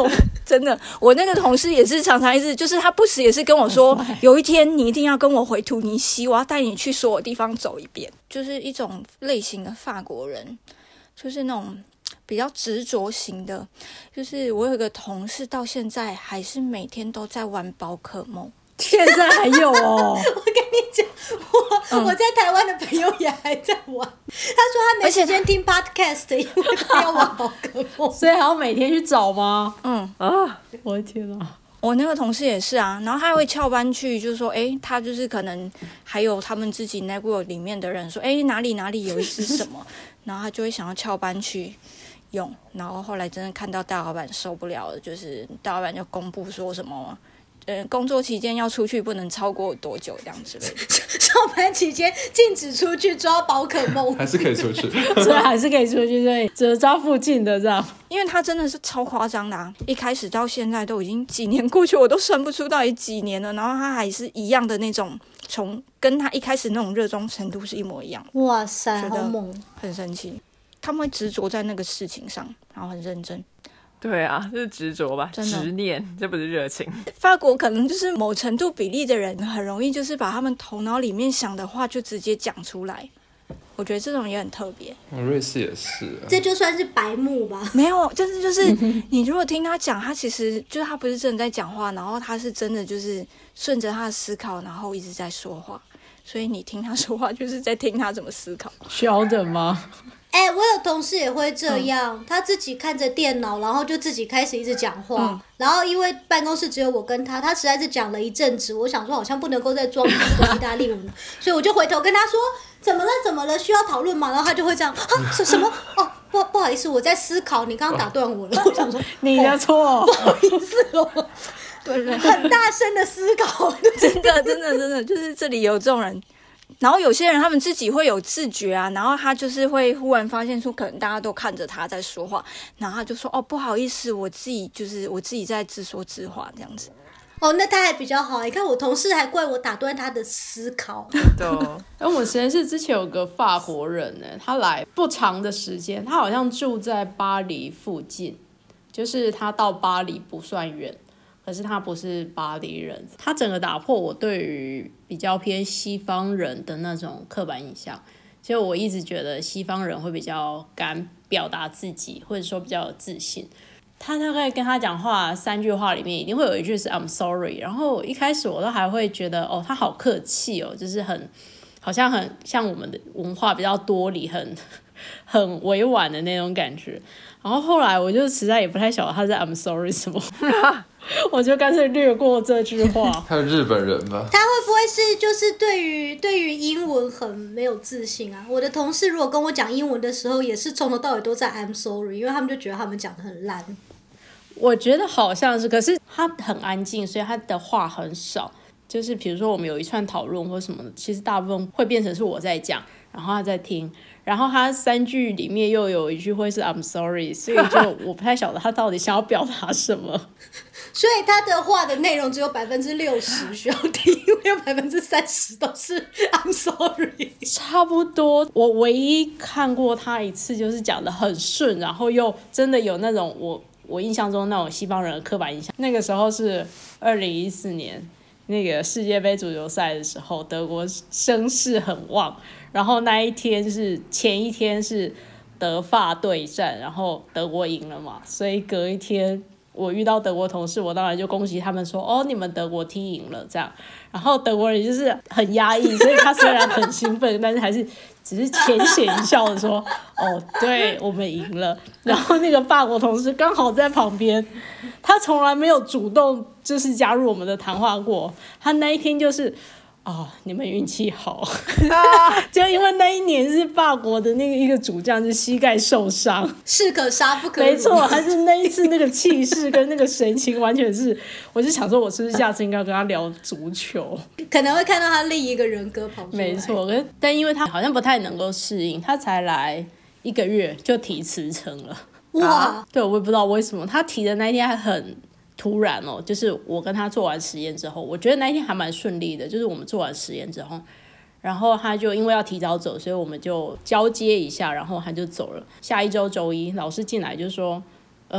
Speaker 1: 真的，我那个同事也是常常一直，就是他不时也是跟我说，有一天你一定要跟我回突尼西，我要带你去所有地方走一遍。就是一种类型的法国人，就是那种比较执着型的。就是我有一个同事到现在还是每天都在玩宝可梦。
Speaker 5: 现在还有哦，
Speaker 4: 我跟你讲，我、嗯、我在台湾的朋友也还在玩。他说他没时间听 podcast， 因为他要玩宝可梦，
Speaker 5: 所以还要每天去找吗？
Speaker 1: 嗯
Speaker 5: 啊，我的天啊！
Speaker 1: 我那个同事也是啊，然后他还会翘班去，就是说，哎，他就是可能还有他们自己 network 里面的人说，哎，哪里哪里有一只什么，然后他就会想要翘班去用，然后后来真的看到大老板受不了了，就是大老板就公布说什么。呃，工作期间要出去不能超过多久这样之类的。
Speaker 4: 上班期间禁止出去抓宝可梦，
Speaker 6: 还是可以出去，
Speaker 5: 所以还是可以出去，对，只能抓附近的这样。
Speaker 1: 因为他真的是超夸张的啊！一开始到现在都已经几年过去，我都算不出到底几年了，然后他还是一样的那种，从跟他一开始那种热衷程度是一模一样。
Speaker 4: 哇塞，好猛，
Speaker 1: 很神奇。他们会执着在那个事情上，然后很认真。
Speaker 3: 对啊，是执着吧，执念，这不是热情。
Speaker 1: 法国可能就是某程度比例的人很容易就是把他们头脑里面想的话就直接讲出来，我觉得这种也很特别。
Speaker 6: 瑞士也是、啊，
Speaker 4: 这就算是白目吧？
Speaker 1: 没有，就是就是你如果听他讲，他其实就是他不是真的在讲话，然后他是真的就是顺着他的思考，然后一直在说话，所以你听他说话就是在听他怎么思考。
Speaker 5: 晓得吗？
Speaker 4: 哎、欸，我有同事也会这样、嗯，他自己看着电脑，然后就自己开始一直讲话、嗯，然后因为办公室只有我跟他，他实在是讲了一阵子，我想说好像不能够再装这个意大利文了，所以我就回头跟他说怎么了怎么了，需要讨论吗？然后他就会这样啊什什么哦不不好意思，我在思考，你刚刚打断我了，我想说
Speaker 5: 你的错、
Speaker 4: 哦，不好意思哦，
Speaker 1: 对对，
Speaker 4: 很大声的思考，
Speaker 1: 真的真的真的就是这里有这种人。然后有些人他们自己会有自觉啊，然后他就是会忽然发现说可能大家都看着他在说话，然后他就说哦不好意思，我自己就是我自己在自说自话这样子。
Speaker 4: 哦，那他还比较好，你看我同事还怪我打断他的思考。
Speaker 3: 对，
Speaker 5: 哎，我实验室之前有个法国人呢，他来不长的时间，他好像住在巴黎附近，就是他到巴黎不算远。可是他不是巴黎人，他整个打破我对于比较偏西方人的那种刻板印象。其实我一直觉得西方人会比较敢表达自己，或者说比较有自信。他大概跟他讲话三句话里面一定会有一句是 I'm sorry， 然后一开始我都还会觉得哦，他好客气哦，就是很好像很像我们的文化比较多礼，很很委婉的那种感觉。然后后来我就实在也不太晓得他在 I'm sorry 什么，我就干脆略过这句话。
Speaker 6: 他是日本人吧？
Speaker 4: 他会不会是就是对于对于英文很没有自信啊？我的同事如果跟我讲英文的时候，也是从头到尾都在 I'm sorry， 因为他们就觉得他们讲的很烂。
Speaker 5: 我觉得好像是，可是他很安静，所以他的话很少。就是比如说我们有一串讨论或什么的，其实大部分会变成是我在讲，然后他在听，然后他三句里面又有一句会是 I'm sorry， 所以就我不太晓得他到底想要表达什么。
Speaker 4: 所以他的话的内容只有百分之六十需要听，因为有百分之三十都是 I'm sorry。
Speaker 5: 差不多，我唯一看过他一次，就是讲得很顺，然后又真的有那种我我印象中那种西方人的刻板印象。那个时候是二零一四年。那个世界杯足球赛的时候，德国声势很旺，然后那一天是前一天是德法对战，然后德国赢了嘛，所以隔一天我遇到德国同事，我当然就恭喜他们说哦，你们德国踢赢了这样。然后德国人就是很压抑，所以他虽然很兴奋，但是还是只是浅显一笑的说哦，对，我们赢了。然后那个法国同事刚好在旁边，他从来没有主动就是加入我们的谈话过，他那一天就是哦，你们运气好，就因为那一年是法国的那个一个主将就膝盖受伤，
Speaker 4: 士可杀不可辱。
Speaker 5: 没错，还是那一次那个气势跟那个神情完全是，我就想说，我是不是下次应该跟他聊足球？
Speaker 4: 可能会看到他另一个人格跑出来。
Speaker 5: 没错，可是但因为他好像不太能够适应，他才来一个月就提辞呈了。
Speaker 4: 哇、
Speaker 5: 啊，对，我也不知道为什么他提的那一天还很突然哦，就是我跟他做完实验之后，我觉得那一天还蛮顺利的，就是我们做完实验之后，然后他就因为要提早走，所以我们就交接一下，然后他就走了。下一周周一，老师进来就说，嗯、呃，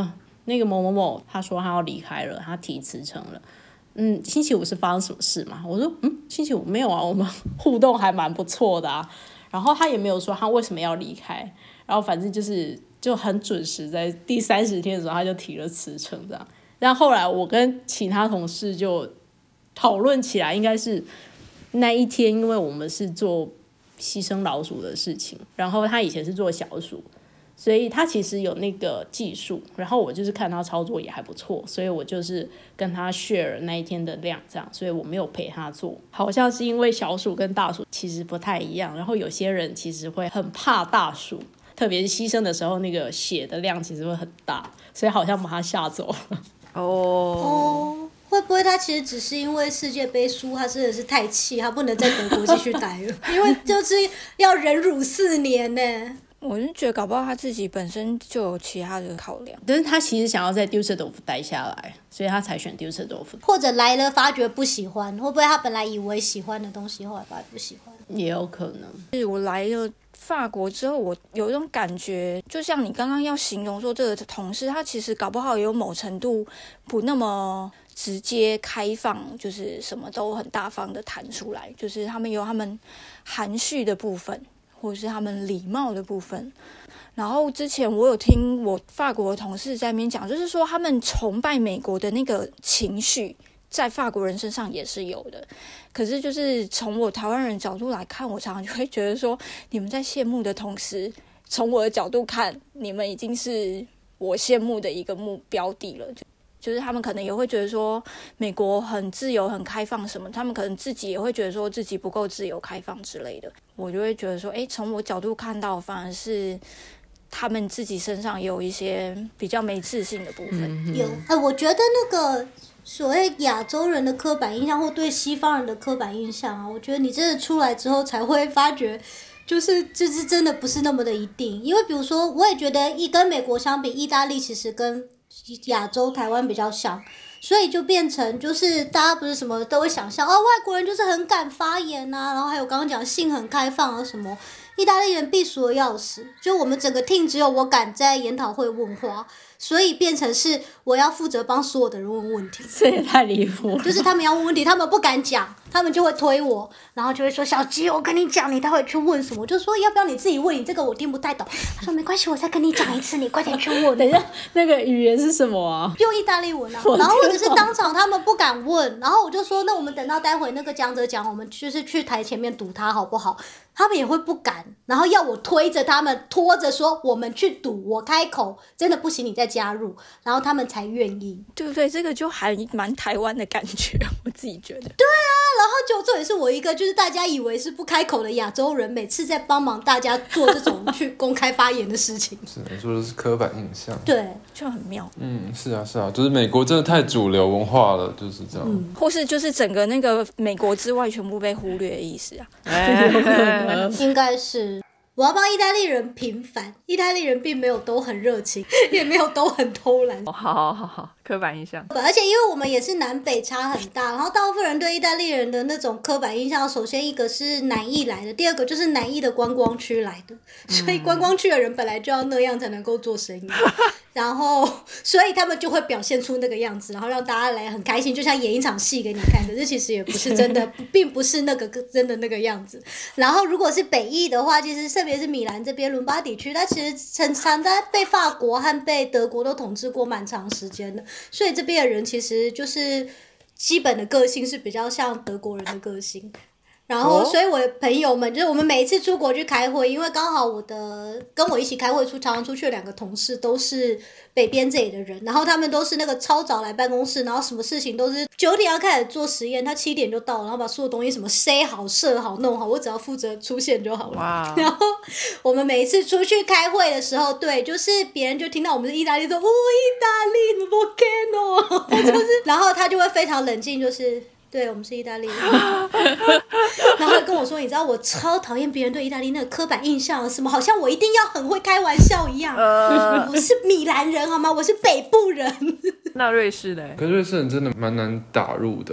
Speaker 5: 那个某某某他说他要离开了，他提辞呈了。嗯，星期五是发生什么事嘛？我说嗯，星期五没有啊，我们互动还蛮不错的啊。然后他也没有说他为什么要离开，然后反正就是就很准时，在第三十天的时候他就提了辞呈这样。然后后来我跟其他同事就讨论起来，应该是那一天，因为我们是做牺牲老鼠的事情，然后他以前是做小鼠，所以他其实有那个技术，然后我就是看他操作也还不错，所以我就是跟他 share 那一天的量这样，所以我没有陪他做。好像是因为小鼠跟大鼠其实不太一样，然后有些人其实会很怕大鼠，特别是牺牲的时候那个血的量其实会很大，所以好像把他吓走了。
Speaker 3: 哦
Speaker 4: 哦，会不会他其实只是因为世界杯输，他真的是太气，他不能在德国继续待了，因为就是要忍辱四年呢。
Speaker 1: 我是觉得搞不好他自己本身就有其他的考量，
Speaker 5: 但是他其实想要在 Düsseldorf 待下来，所以他才选 Düsseldorf。
Speaker 4: 或者来了发觉不喜欢，会不会他本来以为喜欢的东西，后来发觉不喜欢？
Speaker 5: 也有可能。
Speaker 1: 是我来了法国之后，我有一种感觉，就像你刚刚要形容说这个同事，他其实搞不好有某程度不那么直接开放，就是什么都很大方的谈出来，就是他们有他们含蓄的部分，或者是他们礼貌的部分。然后之前我有听我法国的同事在那边讲，就是说他们崇拜美国的那个情绪在法国人身上也是有的，可是就是从我台湾人角度来看，我常常就会觉得说，你们在羡慕的同时，从我的角度看，你们已经是我羡慕的一个目标地了。就是他们可能也会觉得说美国很自由很开放什么，他们可能自己也会觉得说自己不够自由开放之类的。我就会觉得说，诶，从我角度看到反而是他们自己身上有一些比较没自信的部分。
Speaker 5: 嗯、
Speaker 4: 有，哎，我觉得那个所谓亚洲人的刻板印象或对西方人的刻板印象啊，我觉得你真的出来之后才会发觉就是就是真的不是那么的一定。因为比如说我也觉得一跟美国相比，意大利其实跟亚洲台湾比较像，所以就变成就是大家不是什么都会想象哦，外国人就是很敢发言啊，然后还有刚刚讲性很开放啊什么，意大利人避俗的要死，就我们整个 team 只有我敢在研讨会问话，所以变成是我要负责帮所有的人问问题。
Speaker 5: 这也太离谱了，
Speaker 4: 就是他们要问问题，他们不敢讲，他们就会推我，然后就会说小吉我跟你讲你待会去问什么，我就说要不要你自己问，你这个我听不太懂。他说没关系，我再跟你讲一次，你快点去问。
Speaker 5: 等一下，那个语言是什么啊？
Speaker 4: 用意大利文啊，然后或者是当场他们不敢问，然后我就说那我们等到待会那个讲者讲，我们就是去台前面堵他好不好？他们也会不敢，然后要我推着他们拖着说我们去赌，我开口真的不行你再加入，然后他们才愿意，
Speaker 1: 对不对？这个就还蛮台湾的感觉，我自己觉得。
Speaker 4: 对啊，然后就这也是我一个就是大家以为是不开口的亚洲人，每次在帮忙大家做这种去公开发言的事情。
Speaker 6: 只能说是刻板印象。
Speaker 4: 对，
Speaker 1: 就很妙。
Speaker 6: 嗯，是啊是啊，就是美国真的太主流文化了，就是这样。
Speaker 1: 嗯、或是就是整个那个美国之外全部被忽略的意思啊。
Speaker 4: 应该是我要帮意大利人平反，意大利人并没有都很热情，也没有都很偷懒。
Speaker 3: 好好好好，刻板印象。
Speaker 4: 而且因为我们也是南北差很大，然后大部分人对意大利人的那种刻板印象，首先一个是南艺来的，第二个就是南艺的观光区来的，所以观光区的人本来就要那样才能够做生意。然后所以他们就会表现出那个样子，然后让大家来很开心，就像演一场戏给你看，可是其实也不是真的并不是那个真的那个样子。然后如果是北意的话，其实特别是米兰这边伦巴底区，它其实很常在被法国和被德国都统治过蛮长时间的，所以这边的人其实就是基本的个性是比较像德国人的个性。然后所以我的朋友们就是我们每一次出国去开会，因为刚好我的跟我一起开会出常常出去的两个同事都是北边这里的人，然后他们都是那个超早来办公室，然后什么事情都是九点要开始做实验，他七点就到，然后把所有东西什么塞好设好弄好，我只要负责出现就好了。
Speaker 3: 哇！
Speaker 4: 然后我们每一次出去开会的时候，对，就是别人就听到我们是意大利说哦意大利怎么看哦，就是然后他就会非常冷静，就是对我们是意大利人，然后跟我说，你知道我超讨厌别人对意大利那个刻板印象，什么好像我一定要很会开玩笑一样。呃、我是米兰人好吗？我是北部人。
Speaker 3: 那瑞士嘞？
Speaker 6: 可是瑞士人真的蛮难打入的，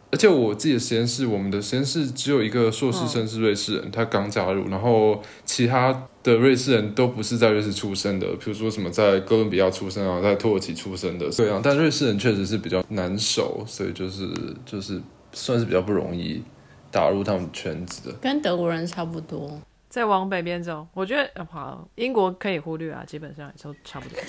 Speaker 6: 而且我自己的实验室，我们的实验室只有一个硕士生是瑞士人，嗯、他刚加入，然后其他的瑞士人都不是在瑞士出生的，比如说什么在哥伦比亚出生啊，在土耳其出生的，对啊，但瑞士人确实是比较难熟，所以就是就是算是比较不容易打入他们圈子的，
Speaker 5: 跟德国人差不多。
Speaker 3: 再往北边走，我觉得好，英国可以忽略啊，基本上也都差不多。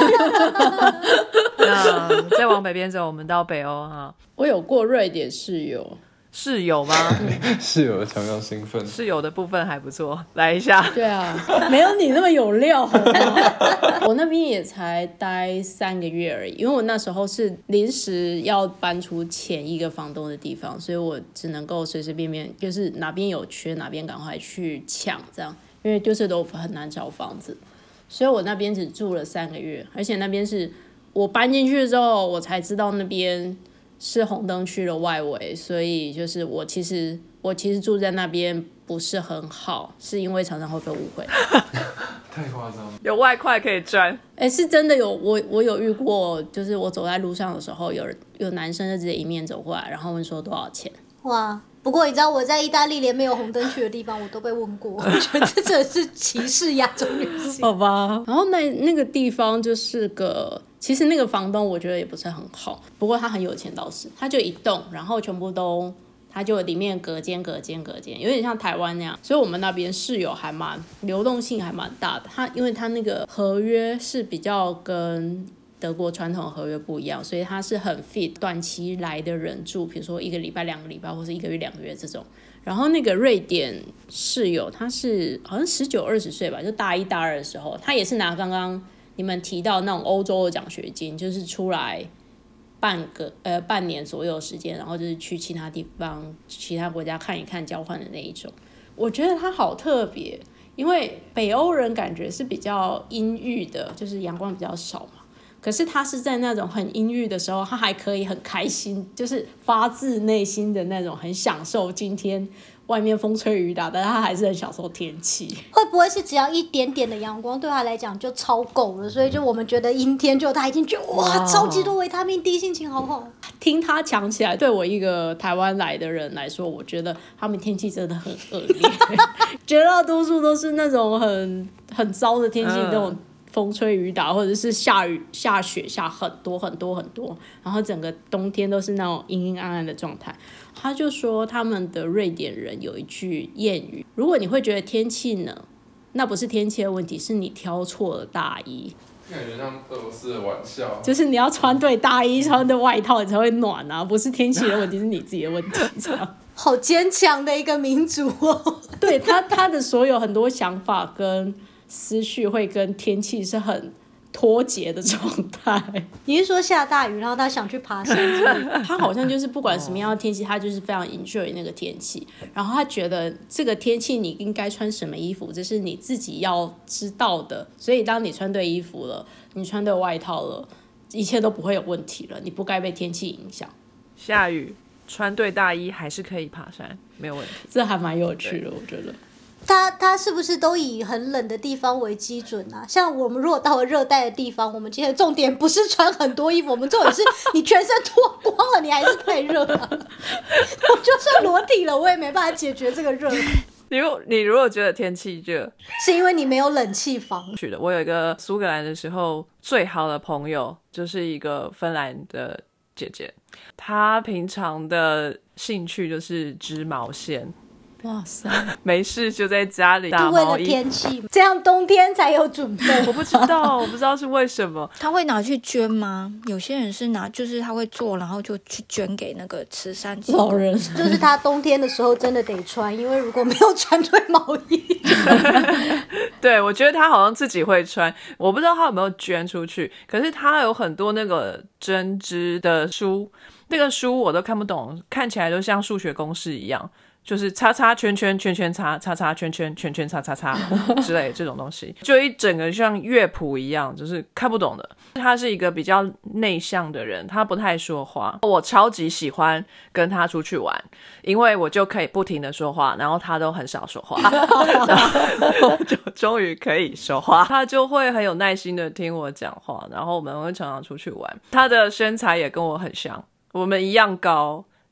Speaker 3: 那再往北边走，我们到北欧哈。
Speaker 5: 我有过瑞典室友。
Speaker 3: 室友吗？
Speaker 6: 室友的强调兴奋，
Speaker 3: 室友的部分还不错，来一下。
Speaker 5: 对啊，没有你那么有料好吗？我那边也才待三个月而已，因为我那时候是临时要搬出前一个房东的地方，所以我只能够随随便便，就是哪边有缺哪边赶快去抢这样，因为丢色豆腐很难找房子，所以我那边只住了三个月，而且那边是我搬进去之后，我才知道那边是红灯区的外围，所以就是我其实我其实住在那边不是很好，是因为常常会被误会。
Speaker 6: 太夸张了，
Speaker 3: 有外快可以赚。
Speaker 5: 哎，是真的有，我我有遇过，就是我走在路上的时候，有有男生就直接迎面走过来，然后问说多少钱。
Speaker 4: 哇！不过你知道我在意大利连没有红灯区的地方我都被问过，我觉得这真的是歧视亚洲女性。
Speaker 5: 好吧，然后那那个地方就是个，其实那个房东我觉得也不是很好，不过他很有钱倒是，他就一栋，然后全部都，他就里面隔间隔间隔间，有点像台湾那样，所以我们那边室友还蛮流动性还蛮大的，他因为他那个合约是比较跟德国传统合约不一样，所以它是很 fit 短期来的人住，比如说一个礼拜、两个礼拜，或是一个月、两个月这种。然后那个瑞典室友，他是好像十九、二十岁吧，就大一、大二的时候，他也是拿刚刚你们提到那种欧洲的奖学金，就是出来半个呃半年左右的时间，然后就是去其他地方、其他国家看一看，交换的那一种。我觉得他好特别，因为北欧人感觉是比较阴郁的，就是阳光比较少嘛。可是他是在那种很阴郁的时候，他还可以很开心，就是发自内心的那种很享受今天外面风吹雨打，但他还是很享受天气。
Speaker 4: 会不会是只要一点点的阳光对他来讲就超够了？所以就我们觉得阴天，就他已经觉得哇，超级多维他命 D， 心情好好。
Speaker 5: 听他讲起来，对我一个台湾来的人来说，我觉得他们天气真的很恶劣，绝大多数都是那种很很糟的天气，那种。风吹雨打，或者是下雨下雪下很多很多很多，然后整个冬天都是那种阴阴暗暗的状态。他就说他们的瑞典人有一句谚语，如果你会觉得天气冷，那不是天气的问题，是你挑错了大衣。
Speaker 6: 感觉像俄罗斯的玩笑，
Speaker 5: 就是你要穿对大衣穿对外套你才会暖啊，不是天气的问题，是你自己的问题这样。
Speaker 4: 好坚强的一个民族哦。
Speaker 5: 对他他的所有很多想法跟思绪会跟天气是很脱节的状态。
Speaker 4: 你是说下大雨然后他想去爬山之类的？
Speaker 5: 他好像就是不管什么样的天气他就是非常 enjoy 那个天气，然后他觉得这个天气你应该穿什么衣服这是你自己要知道的，所以当你穿对衣服了，你穿对外套了，一切都不会有问题了，你不该被天气影响。
Speaker 3: 下雨穿对大衣还是可以爬山，没有问题。
Speaker 5: 这还蛮有趣的，我觉得。
Speaker 4: 他他是不是都以很冷的地方为基准啊？像我们如果到了热带的地方，我们今天的重点不是穿很多衣服，我们重点是你全身脱光了，你还是太热了。我就算裸体了，我也没办法解决这个热。
Speaker 3: 你如你如果觉得天气热，
Speaker 4: 是因为你没有冷气房。
Speaker 3: 去的，我有一个苏格兰的时候最好的朋友，就是一个芬兰的姐姐，她平常的兴趣就是织毛线。
Speaker 5: 哇塞，
Speaker 3: 没事就在家里打毛衣，
Speaker 4: 就为了天气，这样冬天才有准备。
Speaker 3: 我不知道，我不知道是为什么。
Speaker 1: 他会拿去捐吗？有些人是拿，就是他会做，然后就去捐给那个慈善机构。
Speaker 5: 老人
Speaker 4: 就是他冬天的时候真的得穿，因为如果没有穿对毛衣，
Speaker 3: 对，我觉得他好像自己会穿，我不知道他有没有捐出去。可是他有很多那个针织的书，那个书我都看不懂，看起来都像数学公式一样。就是叉叉圈圈圈圈叉叉叉圈圈圈圈叉叉叉之类的这种东西，就一整个像乐谱一样，就是看不懂的。他是一个比较内向的人，他不太说话。我超级喜欢跟他出去玩，因为我就可以不停的说话，然后他都很少说话，然后我就终于可以说话，他就会很有耐心的听我讲话，然后我们会常常出去玩。他的身材也跟我很像，我们一样高。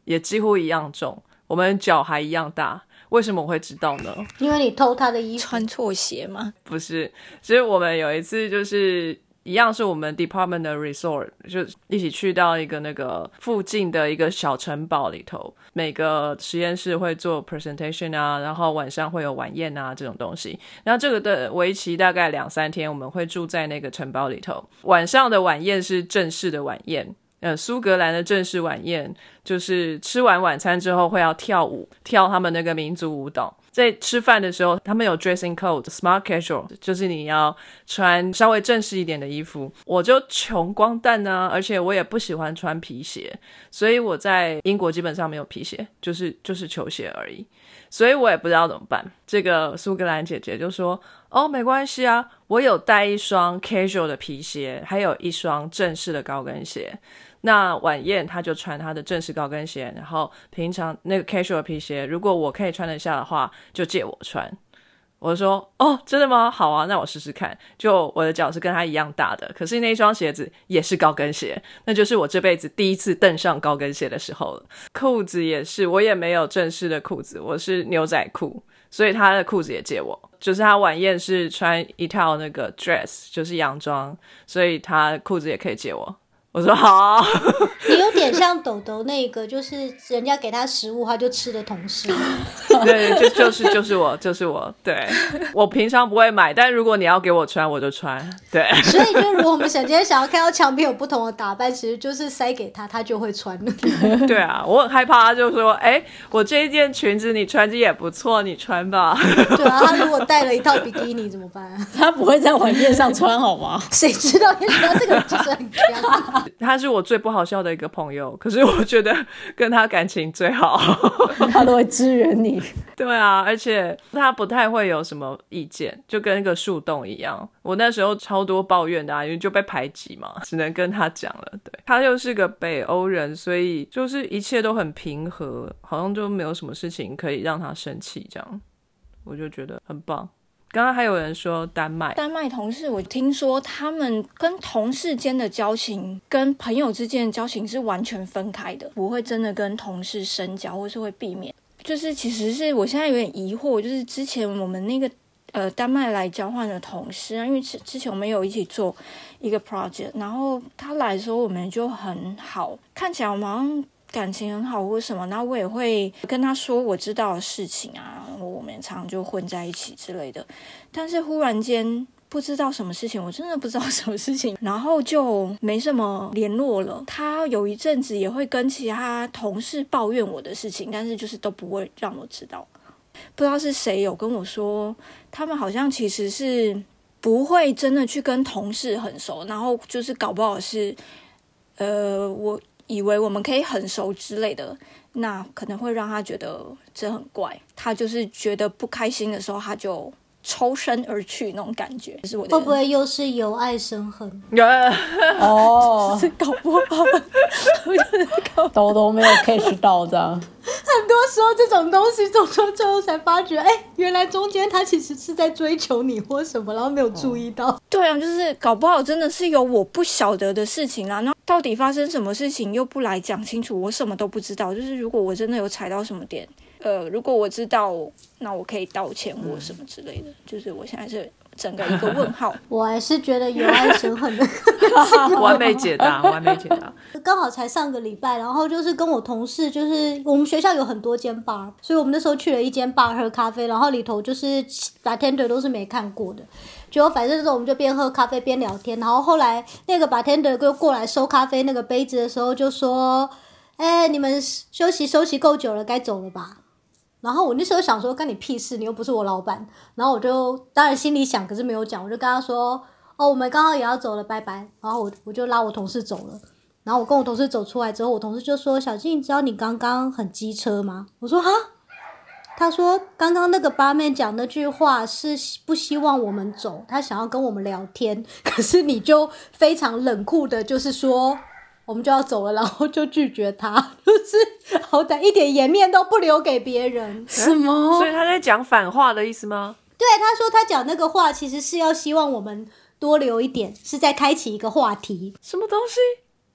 Speaker 3: 也几乎一样重，我们脚还一样大。为什么我会知道呢？
Speaker 4: 因为你偷他的衣服，
Speaker 1: 穿错鞋吗？
Speaker 3: 不是，其实我们有一次就是一样是我们 department 的 resort， 就一起去到一个那个附近的一个小城堡里头，每个实验室会做 presentation 啊，然后晚上会有晚宴啊这种东西。然后这个的为期大概两三天，我们会住在那个城堡里头。晚上的晚宴是正式的晚宴。呃，苏格兰的正式晚宴就是吃完晚餐之后会要跳舞，跳他们那个民族舞蹈。在吃饭的时候，他们有 dressing code smart casual， 就是你要穿稍微正式一点的衣服。我就穷光蛋啊，而且我也不喜欢穿皮鞋，所以我在英国基本上没有皮鞋，就是就是球鞋而已。所以我也不知道怎么办。这个苏格兰姐姐就说，哦，没关系啊，我有带一双 casual 的皮鞋，还有一双正式的高跟鞋。那晚宴他就穿他的正式高跟鞋，然后平常那个 casual 的皮鞋如果我可以穿得下的话就借我穿。我说，哦，真的吗？好啊，那我试试看。就我的脚是跟他一样大的，可是那一双鞋子也是高跟鞋，那就是我这辈子第一次登上高跟鞋的时候了。裤子也是，我也没有正式的裤子，我是牛仔裤，所以他的裤子也借我。就是他晚宴是穿一套那个 dress， 就是洋装，所以他裤子也可以借我。我说好啊。
Speaker 4: 你有点像豆豆那个，就是人家给他食物他就吃的同事。
Speaker 3: 对，就就是就是我，就是我。对，我平常不会买，但如果你要给我穿，我就穿。对，
Speaker 4: 所以就如果我们想今天想要看到墙壁有不同的打扮，其实就是塞给他，他就会穿了。
Speaker 3: 对啊，我很害怕，他就说：“哎、欸，我这一件裙子你穿着也不错，你穿吧。”
Speaker 4: 对啊，他如果带了一套比基尼怎么办？
Speaker 5: 他不会在晚宴上穿好吗？
Speaker 4: 谁知道？你知道这个人就是很强。
Speaker 3: 他是我最不好笑的一个朋友，可是我觉得跟他感情最好。
Speaker 5: 他都会支援你。
Speaker 3: 对啊，而且他不太会有什么意见，就跟那个树洞一样。我那时候超多抱怨的啊，因为就被排挤嘛，只能跟他讲了。对，他又是个北欧人，所以就是一切都很平和，好像就没有什么事情可以让他生气，这样我就觉得很棒。刚刚还有人说丹麦，
Speaker 1: 丹麦同事，我听说他们跟同事间的交情跟朋友之间的交情是完全分开的，不会真的跟同事深交，或是会避免。就是其实是我现在有点疑惑，就是之前我们那个呃丹麦来交换的同事啊，因为之前我们有一起做一个 project， 然后他来的时候我们就很好，看起来我们好像感情很好或什么，然后我也会跟他说我知道的事情啊，我们常常就混在一起之类的。但是忽然间不知道什么事情，我真的不知道什么事情，然后就没什么联络了。他有一阵子也会跟其他同事抱怨我的事情，但是就是都不会让我知道。不知道是谁有跟我说，他们好像其实是不会真的去跟同事很熟，然后就是搞不好是呃我以为我们可以很熟之类的，那可能会让他觉得这很怪。他就是觉得不开心的时候，他就抽身而去那种感觉。是我的
Speaker 4: 会不会又是由爱生恨？
Speaker 5: 哦，
Speaker 1: 是搞不好，
Speaker 5: 都都没有 catch 到这样。
Speaker 4: 很多时候这种东西走到最后才发觉，哎、欸，原来中间他其实是在追求你或什么，然后没有注意到。哦、
Speaker 1: 对啊，就是搞不好真的是有我不晓得的事情啦。那到底发生什么事情又不来讲清楚，我什么都不知道。就是如果我真的有踩到什么点，呃，如果我知道，那我可以道歉或什么之类的。嗯、就是我现在是整个一个问号。
Speaker 4: 我还是觉得有爱生恨的。
Speaker 3: 完美解答，完美解答。
Speaker 4: 刚好才上个礼拜，然后就是跟我同事，就是我们学校有很多间 bar， 所以我们那时候去了一间 bar 喝咖啡，然后里头就是 bartender 都是没看过的。结果反正我们就边喝咖啡边聊天，然后后来那个 bartender 就过来收咖啡那个杯子的时候就说：“哎、欸，你们休息休息够久了，该走了吧？”然后我那时候想说，干你屁事，你又不是我老板。然后我就当然心里想，可是没有讲，我就跟他说：“哦，我们刚好也要走了，拜拜。”然后我我就拉我同事走了。然后我跟我同事走出来之后，我同事就说：“小静，你知道你刚刚很机车吗？”我说：“哈。”他说：“刚刚那个barman讲那句话是不希望我们走，他想要跟我们聊天，可是你就非常冷酷的，就是说我们就要走了，然后就拒绝他，就是好歹一点颜面都不留给别人。”
Speaker 5: 什么？
Speaker 3: 所以他在讲反话的意思吗？
Speaker 4: 对，他说他讲那个话其实是要希望我们多留一点，是在开启一个话题。
Speaker 3: 什么东西？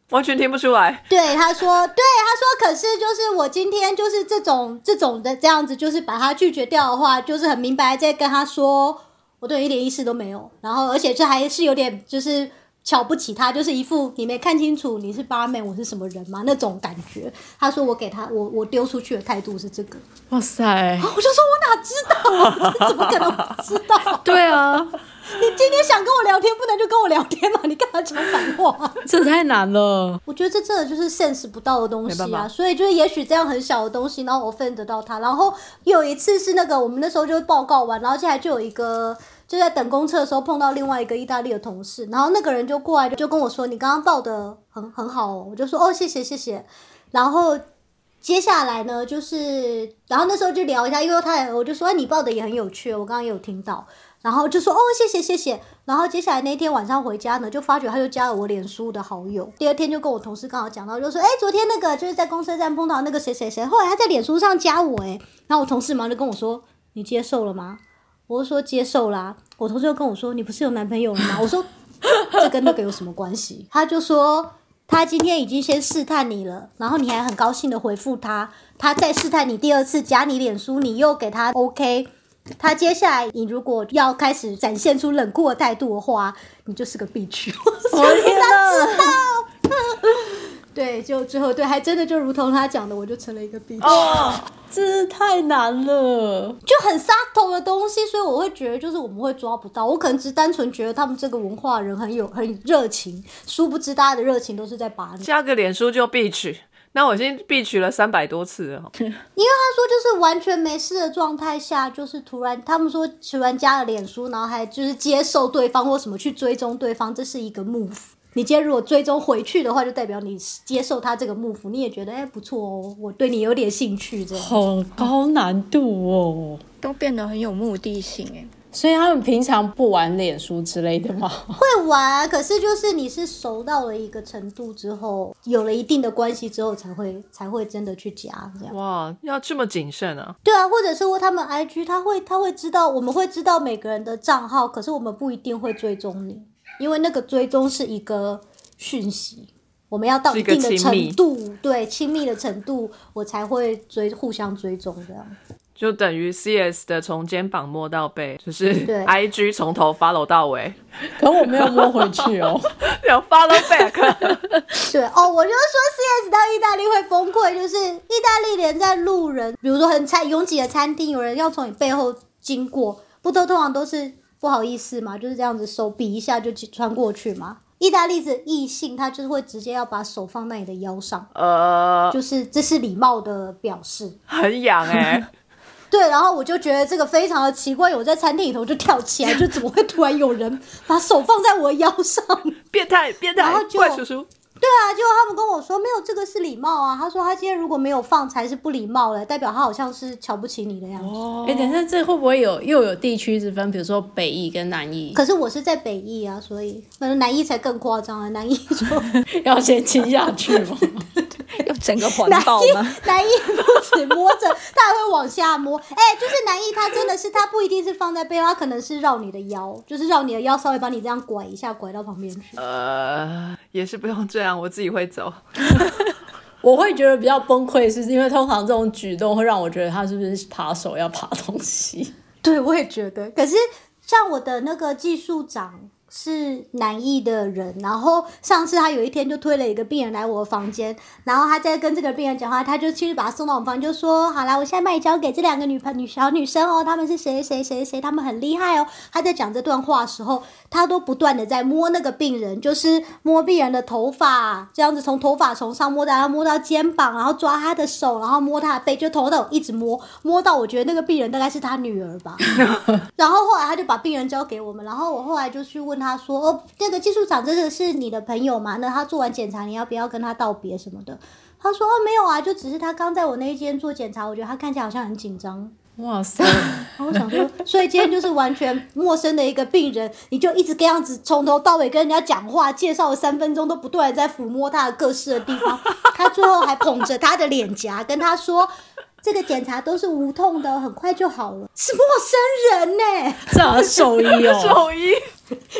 Speaker 3: 完全听不出来。
Speaker 4: 对，他说，对，他说，可是就是我今天就是这种这种的这样子，就是把他拒绝掉的话，就是很明白在跟他说，我对你一点意思都没有，然后而且这还是有点就是瞧不起他，就是一副你没看清楚你是barman我是什么人吗那种感觉。他说我给他我我丢出去的态度是这个。
Speaker 5: 哇塞！
Speaker 4: 我就说我哪知道，这怎么可能不知道？
Speaker 5: 对啊，
Speaker 4: 你今天想跟我聊天，不能就跟我聊天嘛？你干嘛讲反话？
Speaker 5: 这太难了。
Speaker 4: 我觉得这真的就是 sense 不到的东西
Speaker 3: 没办法，
Speaker 4: 啊，所以就是也许这样很小的东西，然后我 offend 得到他。然后有一次是那个我们那时候就报告完，然后接下来就有一个就在等公车的时候碰到另外一个意大利的同事，然后那个人就过来就跟我说：“你刚刚报的很很好哦。”我就说：“哦，谢谢谢谢。”然后接下来呢，就是然后那时候就聊一下，因为他我就说：“你报的也很有趣，我刚刚也有听到。”然后就说哦谢谢谢谢，然后接下来那天晚上回家呢，就发觉他就加了我脸书的好友。第二天就跟我同事刚好讲到，就说哎昨天那个就是在公车站碰到那个谁谁谁，后来他在脸书上加我哎，然后我同事马上就跟我说你接受了吗？我就说接受啦、啊。我同事就跟我说你不是有男朋友了吗？我说这跟那个有什么关系？他就说他今天已经先试探你了，然后你还很高兴的回复他，他再试探你第二次加你脸书，你又给他 OK。他接下来你如果要开始展现出冷酷的态度的话，你就是个必须。我天哪！知道。对，就最后对，还真的就如同他讲的，我就成了一个必须。
Speaker 5: 哦，这太难了，
Speaker 4: 就很subtle的东西，所以我会觉得就是我们会抓不到。我可能只是单纯觉得他们这个文化人很有很热情，殊不知大家的热情都是在把你
Speaker 3: 加个脸书就必取。那我已经必取了三百多次了，
Speaker 4: 因为他说就是完全没事的状态下，就是突然他们说突然加了脸书，然后还就是接受对方或什么去追踪对方，这是一个 move。你今天如果追踪回去的话，就代表你接受他这个 move， 你也觉得哎不错哦，我对你有点兴趣这样。
Speaker 5: 好高难度哦，
Speaker 1: 都变得很有目的性哎。
Speaker 5: 所以他们平常不玩脸书之类的吗？
Speaker 4: 会玩啊，可是就是你是熟到了一个程度之后，有了一定的关系之后，才会才会真的去加这样。
Speaker 3: 哇，要这么谨慎啊？
Speaker 4: 对啊，或者是说他们 I G 他会他会知道，我们会知道每个人的账号，可是我们不一定会追踪你，因为那个追踪是一个讯息，我们要到一定的程度，对亲密的程度，我才会追互相追踪这样。
Speaker 3: 就等于 C S 的从肩膀摸到背，就是 I G 从头 follow 到尾。
Speaker 5: 可我没有摸回去哦，
Speaker 3: 有 follow back。
Speaker 4: 对哦，我就说 C S 到意大利会崩溃，就是意大利连在路人，比如说很餐拥挤的餐厅，有人要从你背后经过，不都通常都是不好意思嘛，就是这样子手比一下就穿过去嘛。意大利的异性他就是会直接要把手放在你的腰上，
Speaker 3: 呃，
Speaker 4: 就是这是礼貌的表示，
Speaker 3: 很痒哎、欸。
Speaker 4: 对，然后我就觉得这个非常的奇怪，我在餐厅里头就跳起来，就怎么会突然有人把手放在我的腰上？
Speaker 3: 变态，变态，怪叔叔。
Speaker 4: 对啊，结果他们跟我说没有，这个是礼貌啊。他说他今天如果没有放才是不礼貌的，代表他好像是瞧不起你的样子。
Speaker 5: 哎、欸，等一下，这会不会有又有地区之分？比如说北艺跟南艺？
Speaker 4: 可是我是在北艺啊，所以反正南艺才更夸张啊，南艺就
Speaker 5: 要先亲下去吗？
Speaker 1: 要整个环抱吗？
Speaker 4: 南艺不止摸着，他还会往下摸。哎、欸，就是南艺，他真的是他不一定是放在背后，他可能是绕你的腰，就是绕你的腰，稍微把你这样拐一下，拐到旁边去。
Speaker 3: 呃，也是不用这样，我自己会走。
Speaker 5: 我会觉得比较崩溃，是因为通常这种举动会让我觉得他是不是扒手要扒东西。
Speaker 4: 对，我也觉得。可是像我的那个技术长是南艺的人，然后上次他有一天就推了一个病人来我的房间，然后他在跟这个病人讲话，他就去把他送到我们房间，就说好啦，我现在帮你交给这两个女朋女小女生哦，她们是谁谁谁谁，她们很厉害哦。他在讲这段话的时候，他都不断的在摸那个病人，就是摸病人的头发，这样子从头发从上摸到，然后摸到肩膀，然后抓他的手，然后摸他的背，就头到一直摸，摸到我觉得那个病人大概是他女儿吧。然后后来他就把病人交给我们，然后我后来就去问他说，哦，这个技术长真的是你的朋友吗？那他做完检查你要不要跟他道别什么的？他说哦没有啊，就只是他刚在我那一间做检查，我觉得他看起来好像很紧张。
Speaker 5: 哇塞！
Speaker 4: 然后我想说，所以今天就是完全陌生的一个病人，你就一直这样子从头到尾跟人家讲话，介绍了三分钟，都不断的在抚摸他的各式的地方。他最后还捧着他的脸颊，跟他说：“这个检查都是无痛的，很快就好了。”是陌生人呢、欸，
Speaker 5: 这好像兽医哦，
Speaker 3: 兽医
Speaker 4: 就很像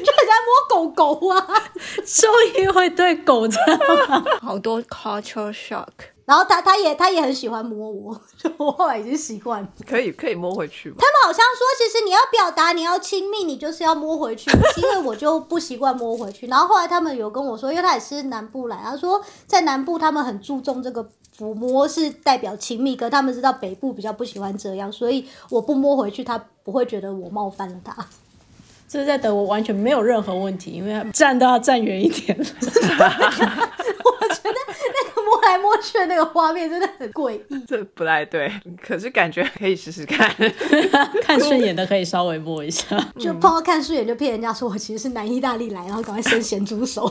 Speaker 4: 摸狗狗啊，
Speaker 5: 终于会对狗这样。
Speaker 1: 好多 culture shock。
Speaker 4: 然后他他也他也很喜欢摸我，就我后来已经习惯了。
Speaker 3: 可以可以摸回去吗？
Speaker 4: 他们好像说，其实你要表达你要亲密，你就是要摸回去。可是因为我就不习惯摸回去。然后后来他们有跟我说，因为他也是南部来，他说在南部他们很注重这个抚摸是代表亲密，可他们知道北部比较不喜欢这样，所以我不摸回去，他不会觉得我冒犯了他。
Speaker 5: 这在德国完全没有任何问题，因为站都要站远一点。
Speaker 4: 我觉得那个摸来摸去的那个画面真的很诡异，
Speaker 3: 这不太对，可是感觉可以试试看。
Speaker 5: 看顺眼的可以稍微摸一下，
Speaker 4: 就碰到看顺眼就骗人家说我其实是南意大利来，然后赶快伸咸猪手。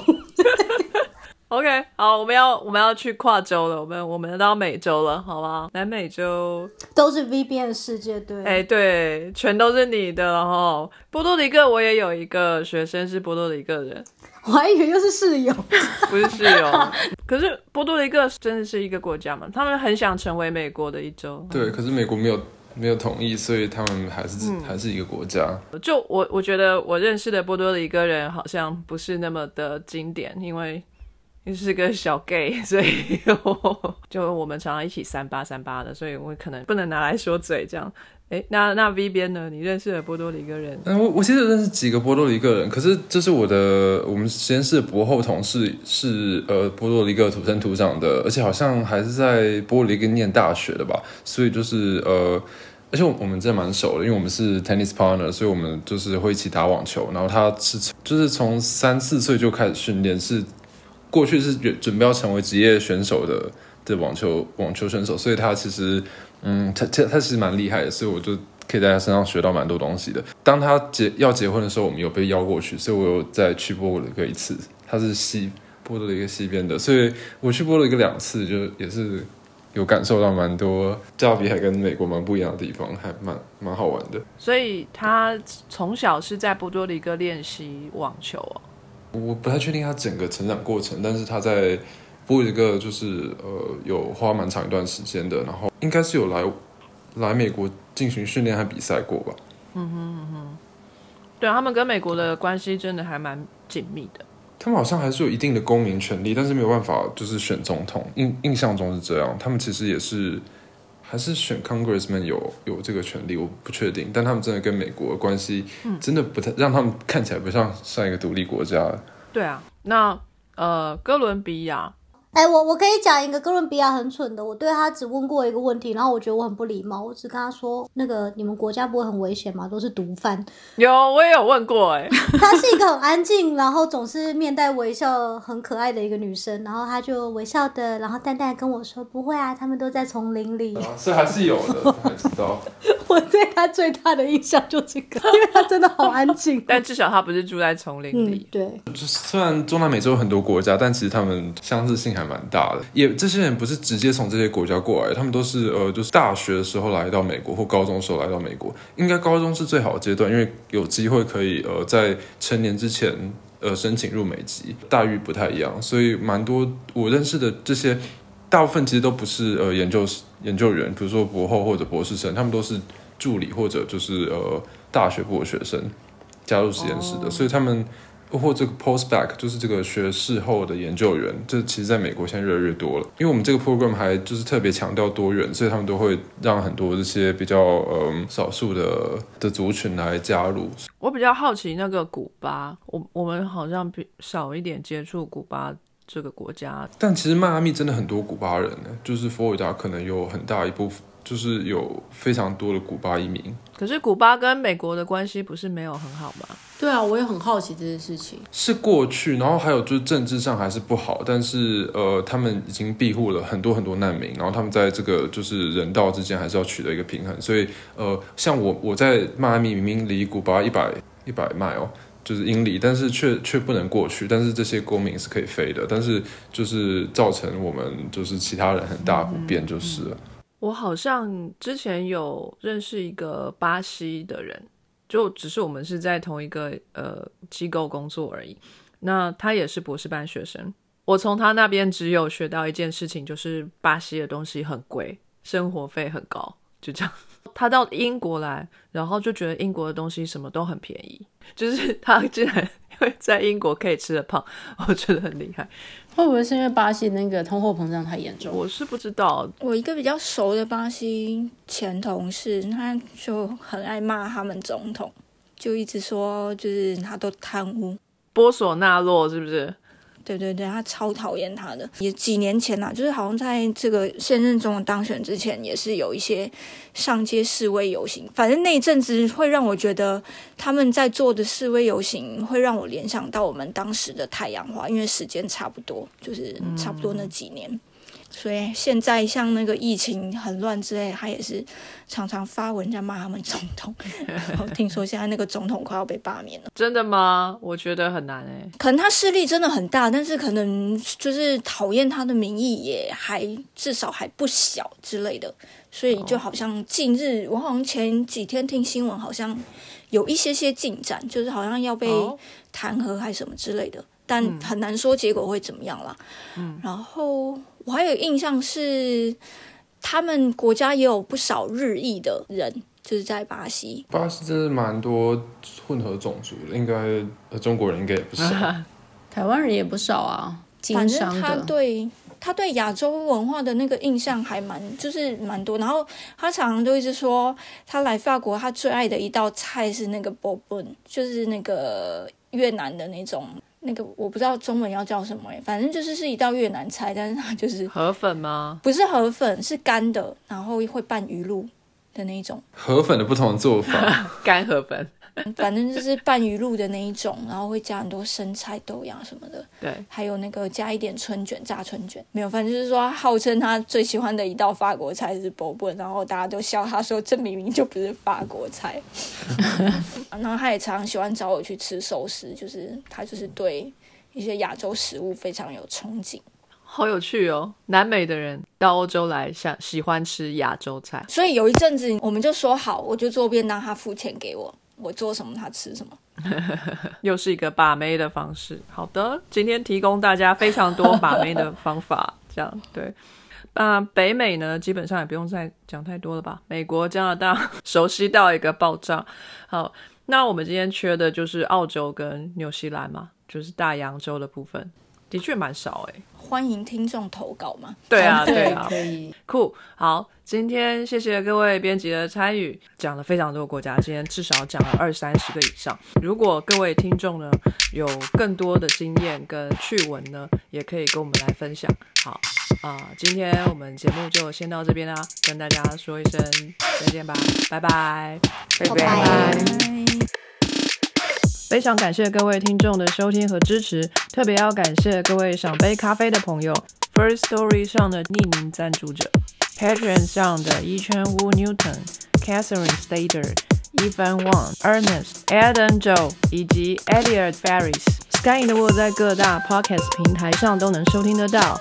Speaker 3: OK， 好，我们要我们要去跨洲了，我们我们要到美洲了，好不好？南美洲
Speaker 4: 都是 V B N 的世界，对，
Speaker 3: 哎、欸，对，全都是你的哦。波多黎各我也有一个学生是波多黎各人，
Speaker 4: 我还以为又是室友，
Speaker 3: 不是室友。可是波多黎各真的是一个国家嘛？他们很想成为美国的一州。
Speaker 6: 对，可是美国没有没有统一，所以他们还是、嗯、还是一个国家。
Speaker 3: 就我我觉得我认识的波多黎各人好像不是那么的经典，因为是个小 gay， 所以我就我们常常一起三八三八的，所以我可能不能拿来说嘴这样。哎，那那 V 边呢？你认识的波多黎各人？
Speaker 6: 嗯，我我其实认识几个波多黎各人，可是这是我的我们实验室的博后同事是呃波多黎各土生土长的，而且好像还是在波多黎各念大学的吧，所以就是呃。而且我们真的蛮熟的，因为我们是 tennis partner， 所以我们就是会一起打网球。然后他是就是从三四岁就开始训练，是过去是准备要成为职业选手的的网球网球选手，所以他其实嗯，他他他其实蛮厉害的，所以我就可以在他身上学到蛮多东西的。当他结要结婚的时候，我们有被邀过去，所以我有再去波多黎各一次。他是西波多黎各西边的，所以我去波多黎各两次，就也是。有感受到蛮多加勒比海跟美国蛮不一样的地方，还蛮蛮好玩的。
Speaker 3: 所以他从小是在波多黎各练习网球哦。
Speaker 6: 我不太确定他整个成长过程，但是他在波多黎各就是呃有花蛮长一段时间的，然后应该是有来来美国进行训练和比赛过吧。
Speaker 3: 嗯哼嗯哼，对，他们跟美国的关系真的还蛮紧密的。
Speaker 6: 他们好像还是有一定的公民权利，但是没有办法就是选总统，印印象中是这样。他们其实也是还是选 Congressman 有有这个权利，我不确定。但他们真的跟美国的关系真的不太、嗯、让他们看起来不像像一个独立国家。
Speaker 3: 对啊，那呃哥伦比亚。
Speaker 4: 哎、欸，我我可以讲一个哥伦比亚很蠢的，我对他只问过一个问题，然后我觉得我很不礼貌，我只跟他说，那个你们国家不会很危险吗？都是毒贩。
Speaker 3: 有，我也有问过哎、欸。
Speaker 4: 她是一个很安静，然后总是面带微笑、很可爱的一个女生，然后她就微笑的，然后淡淡跟我说，不会啊，他们都在丛林里。
Speaker 6: 啊，是还是有的，还知道。
Speaker 4: 我对她最大的印象就这个，因为她真的好安静。
Speaker 3: 但至少她不是住在丛林里。
Speaker 4: 嗯、对。
Speaker 6: 就是虽然中南美洲有很多国家，但其实他们相似性还蛮大的。也这些人不是直接从这些国家过来，他们都是呃，就是大学的时候来到美国，或高中的时候来到美国。应该高中是最好的阶段，因为有机会可以呃在成年之前呃申请入美籍，待遇不太一样，所以蛮多我认识的这些大部分其实都不是呃研究研究员，比如说博后或者博士生，他们都是助理或者就是呃大学部的学生加入实验室的， oh. 所以他们。或这个 postback 就是这个学士后的研究员，这其实在美国现在越来越多了。因为我们这个 program 还就是特别强调多元，所以他们都会让很多这些比较嗯少数的的族群来加入。
Speaker 3: 我比较好奇那个古巴，我我们好像比少一点接触古巴这个国家，
Speaker 6: 但其实迈阿密真的很多古巴人呢，就是佛罗里达可能有很大一部分。就是有非常多的古巴移民，
Speaker 3: 可是古巴跟美国的关系不是没有很好吗？
Speaker 5: 对啊，我也很好奇这件事情。
Speaker 6: 是过去，然后还有就是政治上还是不好，但是呃，他们已经庇护了很多很多难民，然后他们在这个就是人道之间还是要取得一个平衡。所以呃，像我我在迈阿密明明离古巴一百一百迈哦。就是英里，但是却却不能过去，但是这些公民是可以飞的，但是就是造成我们就是其他人很大不便就是了。嗯嗯
Speaker 3: 我好像之前有认识一个巴西的人，就只是我们是在同一个呃机构工作而已。那他也是博士班学生，我从他那边只有学到一件事情，就是巴西的东西很贵，生活费很高。 就这样。他到英国来，然后就觉得英国的东西什么都很便宜，就是他竟然会在英国可以吃得胖，我觉得很厉害。
Speaker 5: 会不会是因为巴西那个通货膨胀太严重？
Speaker 3: 我是不知道。
Speaker 1: 我一个比较熟的巴西前同事，他就很爱骂他们总统，就一直说就是他都贪污。
Speaker 3: 波索纳洛是不是？
Speaker 1: 对对对，他超讨厌他的。也几年前啦、啊，就是好像在这个现任总统当选之前，也是有一些上街示威游行。反正那一阵子会让我觉得他们在做的示威游行，会让我联想到我们当时的太阳花，因为时间差不多，就是差不多那几年。嗯，所以现在像那个疫情很乱之类，他也是常常发文在骂他们总统。然后听说现在那个总统快要被罢免了。
Speaker 3: 真的吗？我觉得很难欸。
Speaker 1: 可能他势力真的很大，但是可能就是讨厌他的民意也还至少还不小之类的。所以就好像近日，我好像前几天听新闻，好像有一些些进展，就是好像要被弹劾还是什么之类的。但很难说结果会怎么样啦。嗯，然后我还有印象是，他们国家也有不少日裔的人，就是在巴西。
Speaker 6: 巴西真的蛮多混合种族的，应该呃中国人应该也不少，
Speaker 5: 台湾人也不少啊。经商的，
Speaker 1: 反正他对他对亚洲文化的那个印象还蛮就是蛮多。然后他常常都一直说，他来法国他最爱的一道菜是那个 bobon， 就是那个越南的那种。那个我不知道中文要叫什么耶，反正就是是一道越南菜，但是它就是
Speaker 3: 河粉吗？
Speaker 1: 不是河粉，是干的，然后会拌鱼露的那一种。
Speaker 6: 河粉的不同的做法，
Speaker 3: 干河粉，
Speaker 1: 反正就是拌鱼露的那一种，然后会加很多生菜、豆芽什么的。
Speaker 3: 对，
Speaker 1: 还有那个加一点春卷，炸春卷。没有，反正就是说，号称他最喜欢的一道法国菜是 bobon， 然后大家都笑他说这明明就不是法国菜。然后他也常常喜欢找我去吃寿司，就是他就是对一些亚洲食物非常有憧憬。
Speaker 3: 好有趣哦！南美的人到欧洲来，想喜欢吃亚洲菜，
Speaker 1: 所以有一阵子我们就说好，我就做便当，他付钱给我，我做什么他吃什么。
Speaker 3: 又是一个把妹的方式。好的，今天提供大家非常多把妹的方法，这样对。那、呃、北美呢，基本上也不用再讲太多了吧？美国、加拿大熟悉到一个爆炸。好，那我们今天缺的就是澳洲跟纽西兰嘛，就是大洋洲的部分，的确蛮少哎、欸。
Speaker 1: 欢迎听众投稿吗？
Speaker 3: 对啊，对啊，
Speaker 5: 可以。
Speaker 3: 酷，好，今天谢谢各位编辑的参与，讲了非常多的国家，今天至少讲了二三十个以上。如果各位听众呢有更多的经验跟趣闻呢，也可以跟我们来分享。好啊、呃，今天我们节目就先到这边啦，跟大家说一声再见吧，拜拜，
Speaker 4: 拜拜。拜拜。
Speaker 3: 非常感谢各位听众的收听和支持，特别要感谢各位赏杯咖啡的朋友， First Story 上的匿名赞助者， Patreon 上的伊圈乌 Newton、 Catherine Stater、 Evan Wang、 Ernest、 Adam Joe 以及 Elliot Ferris。Sky in the World 在各大 Podcast 平台上都能收听得到，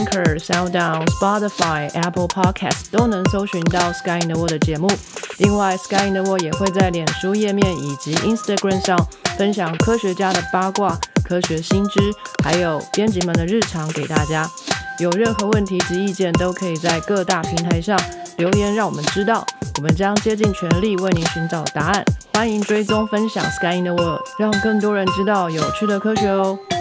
Speaker 3: Anchor、SoundOn、Spotify、Apple Podcast 都能搜寻到 Sky in the World 的节目。另外 Sky in the World 也会在脸书页面以及 Instagram 上分享科学家的八卦、科学新知，还有编辑们的日常给大家。有任何问题及意见都可以在各大平台上留言让我们知道，我们将竭尽全力为您寻找答案。欢迎追踪分享 Sky in the World， 让更多人知道有趣的科学哦。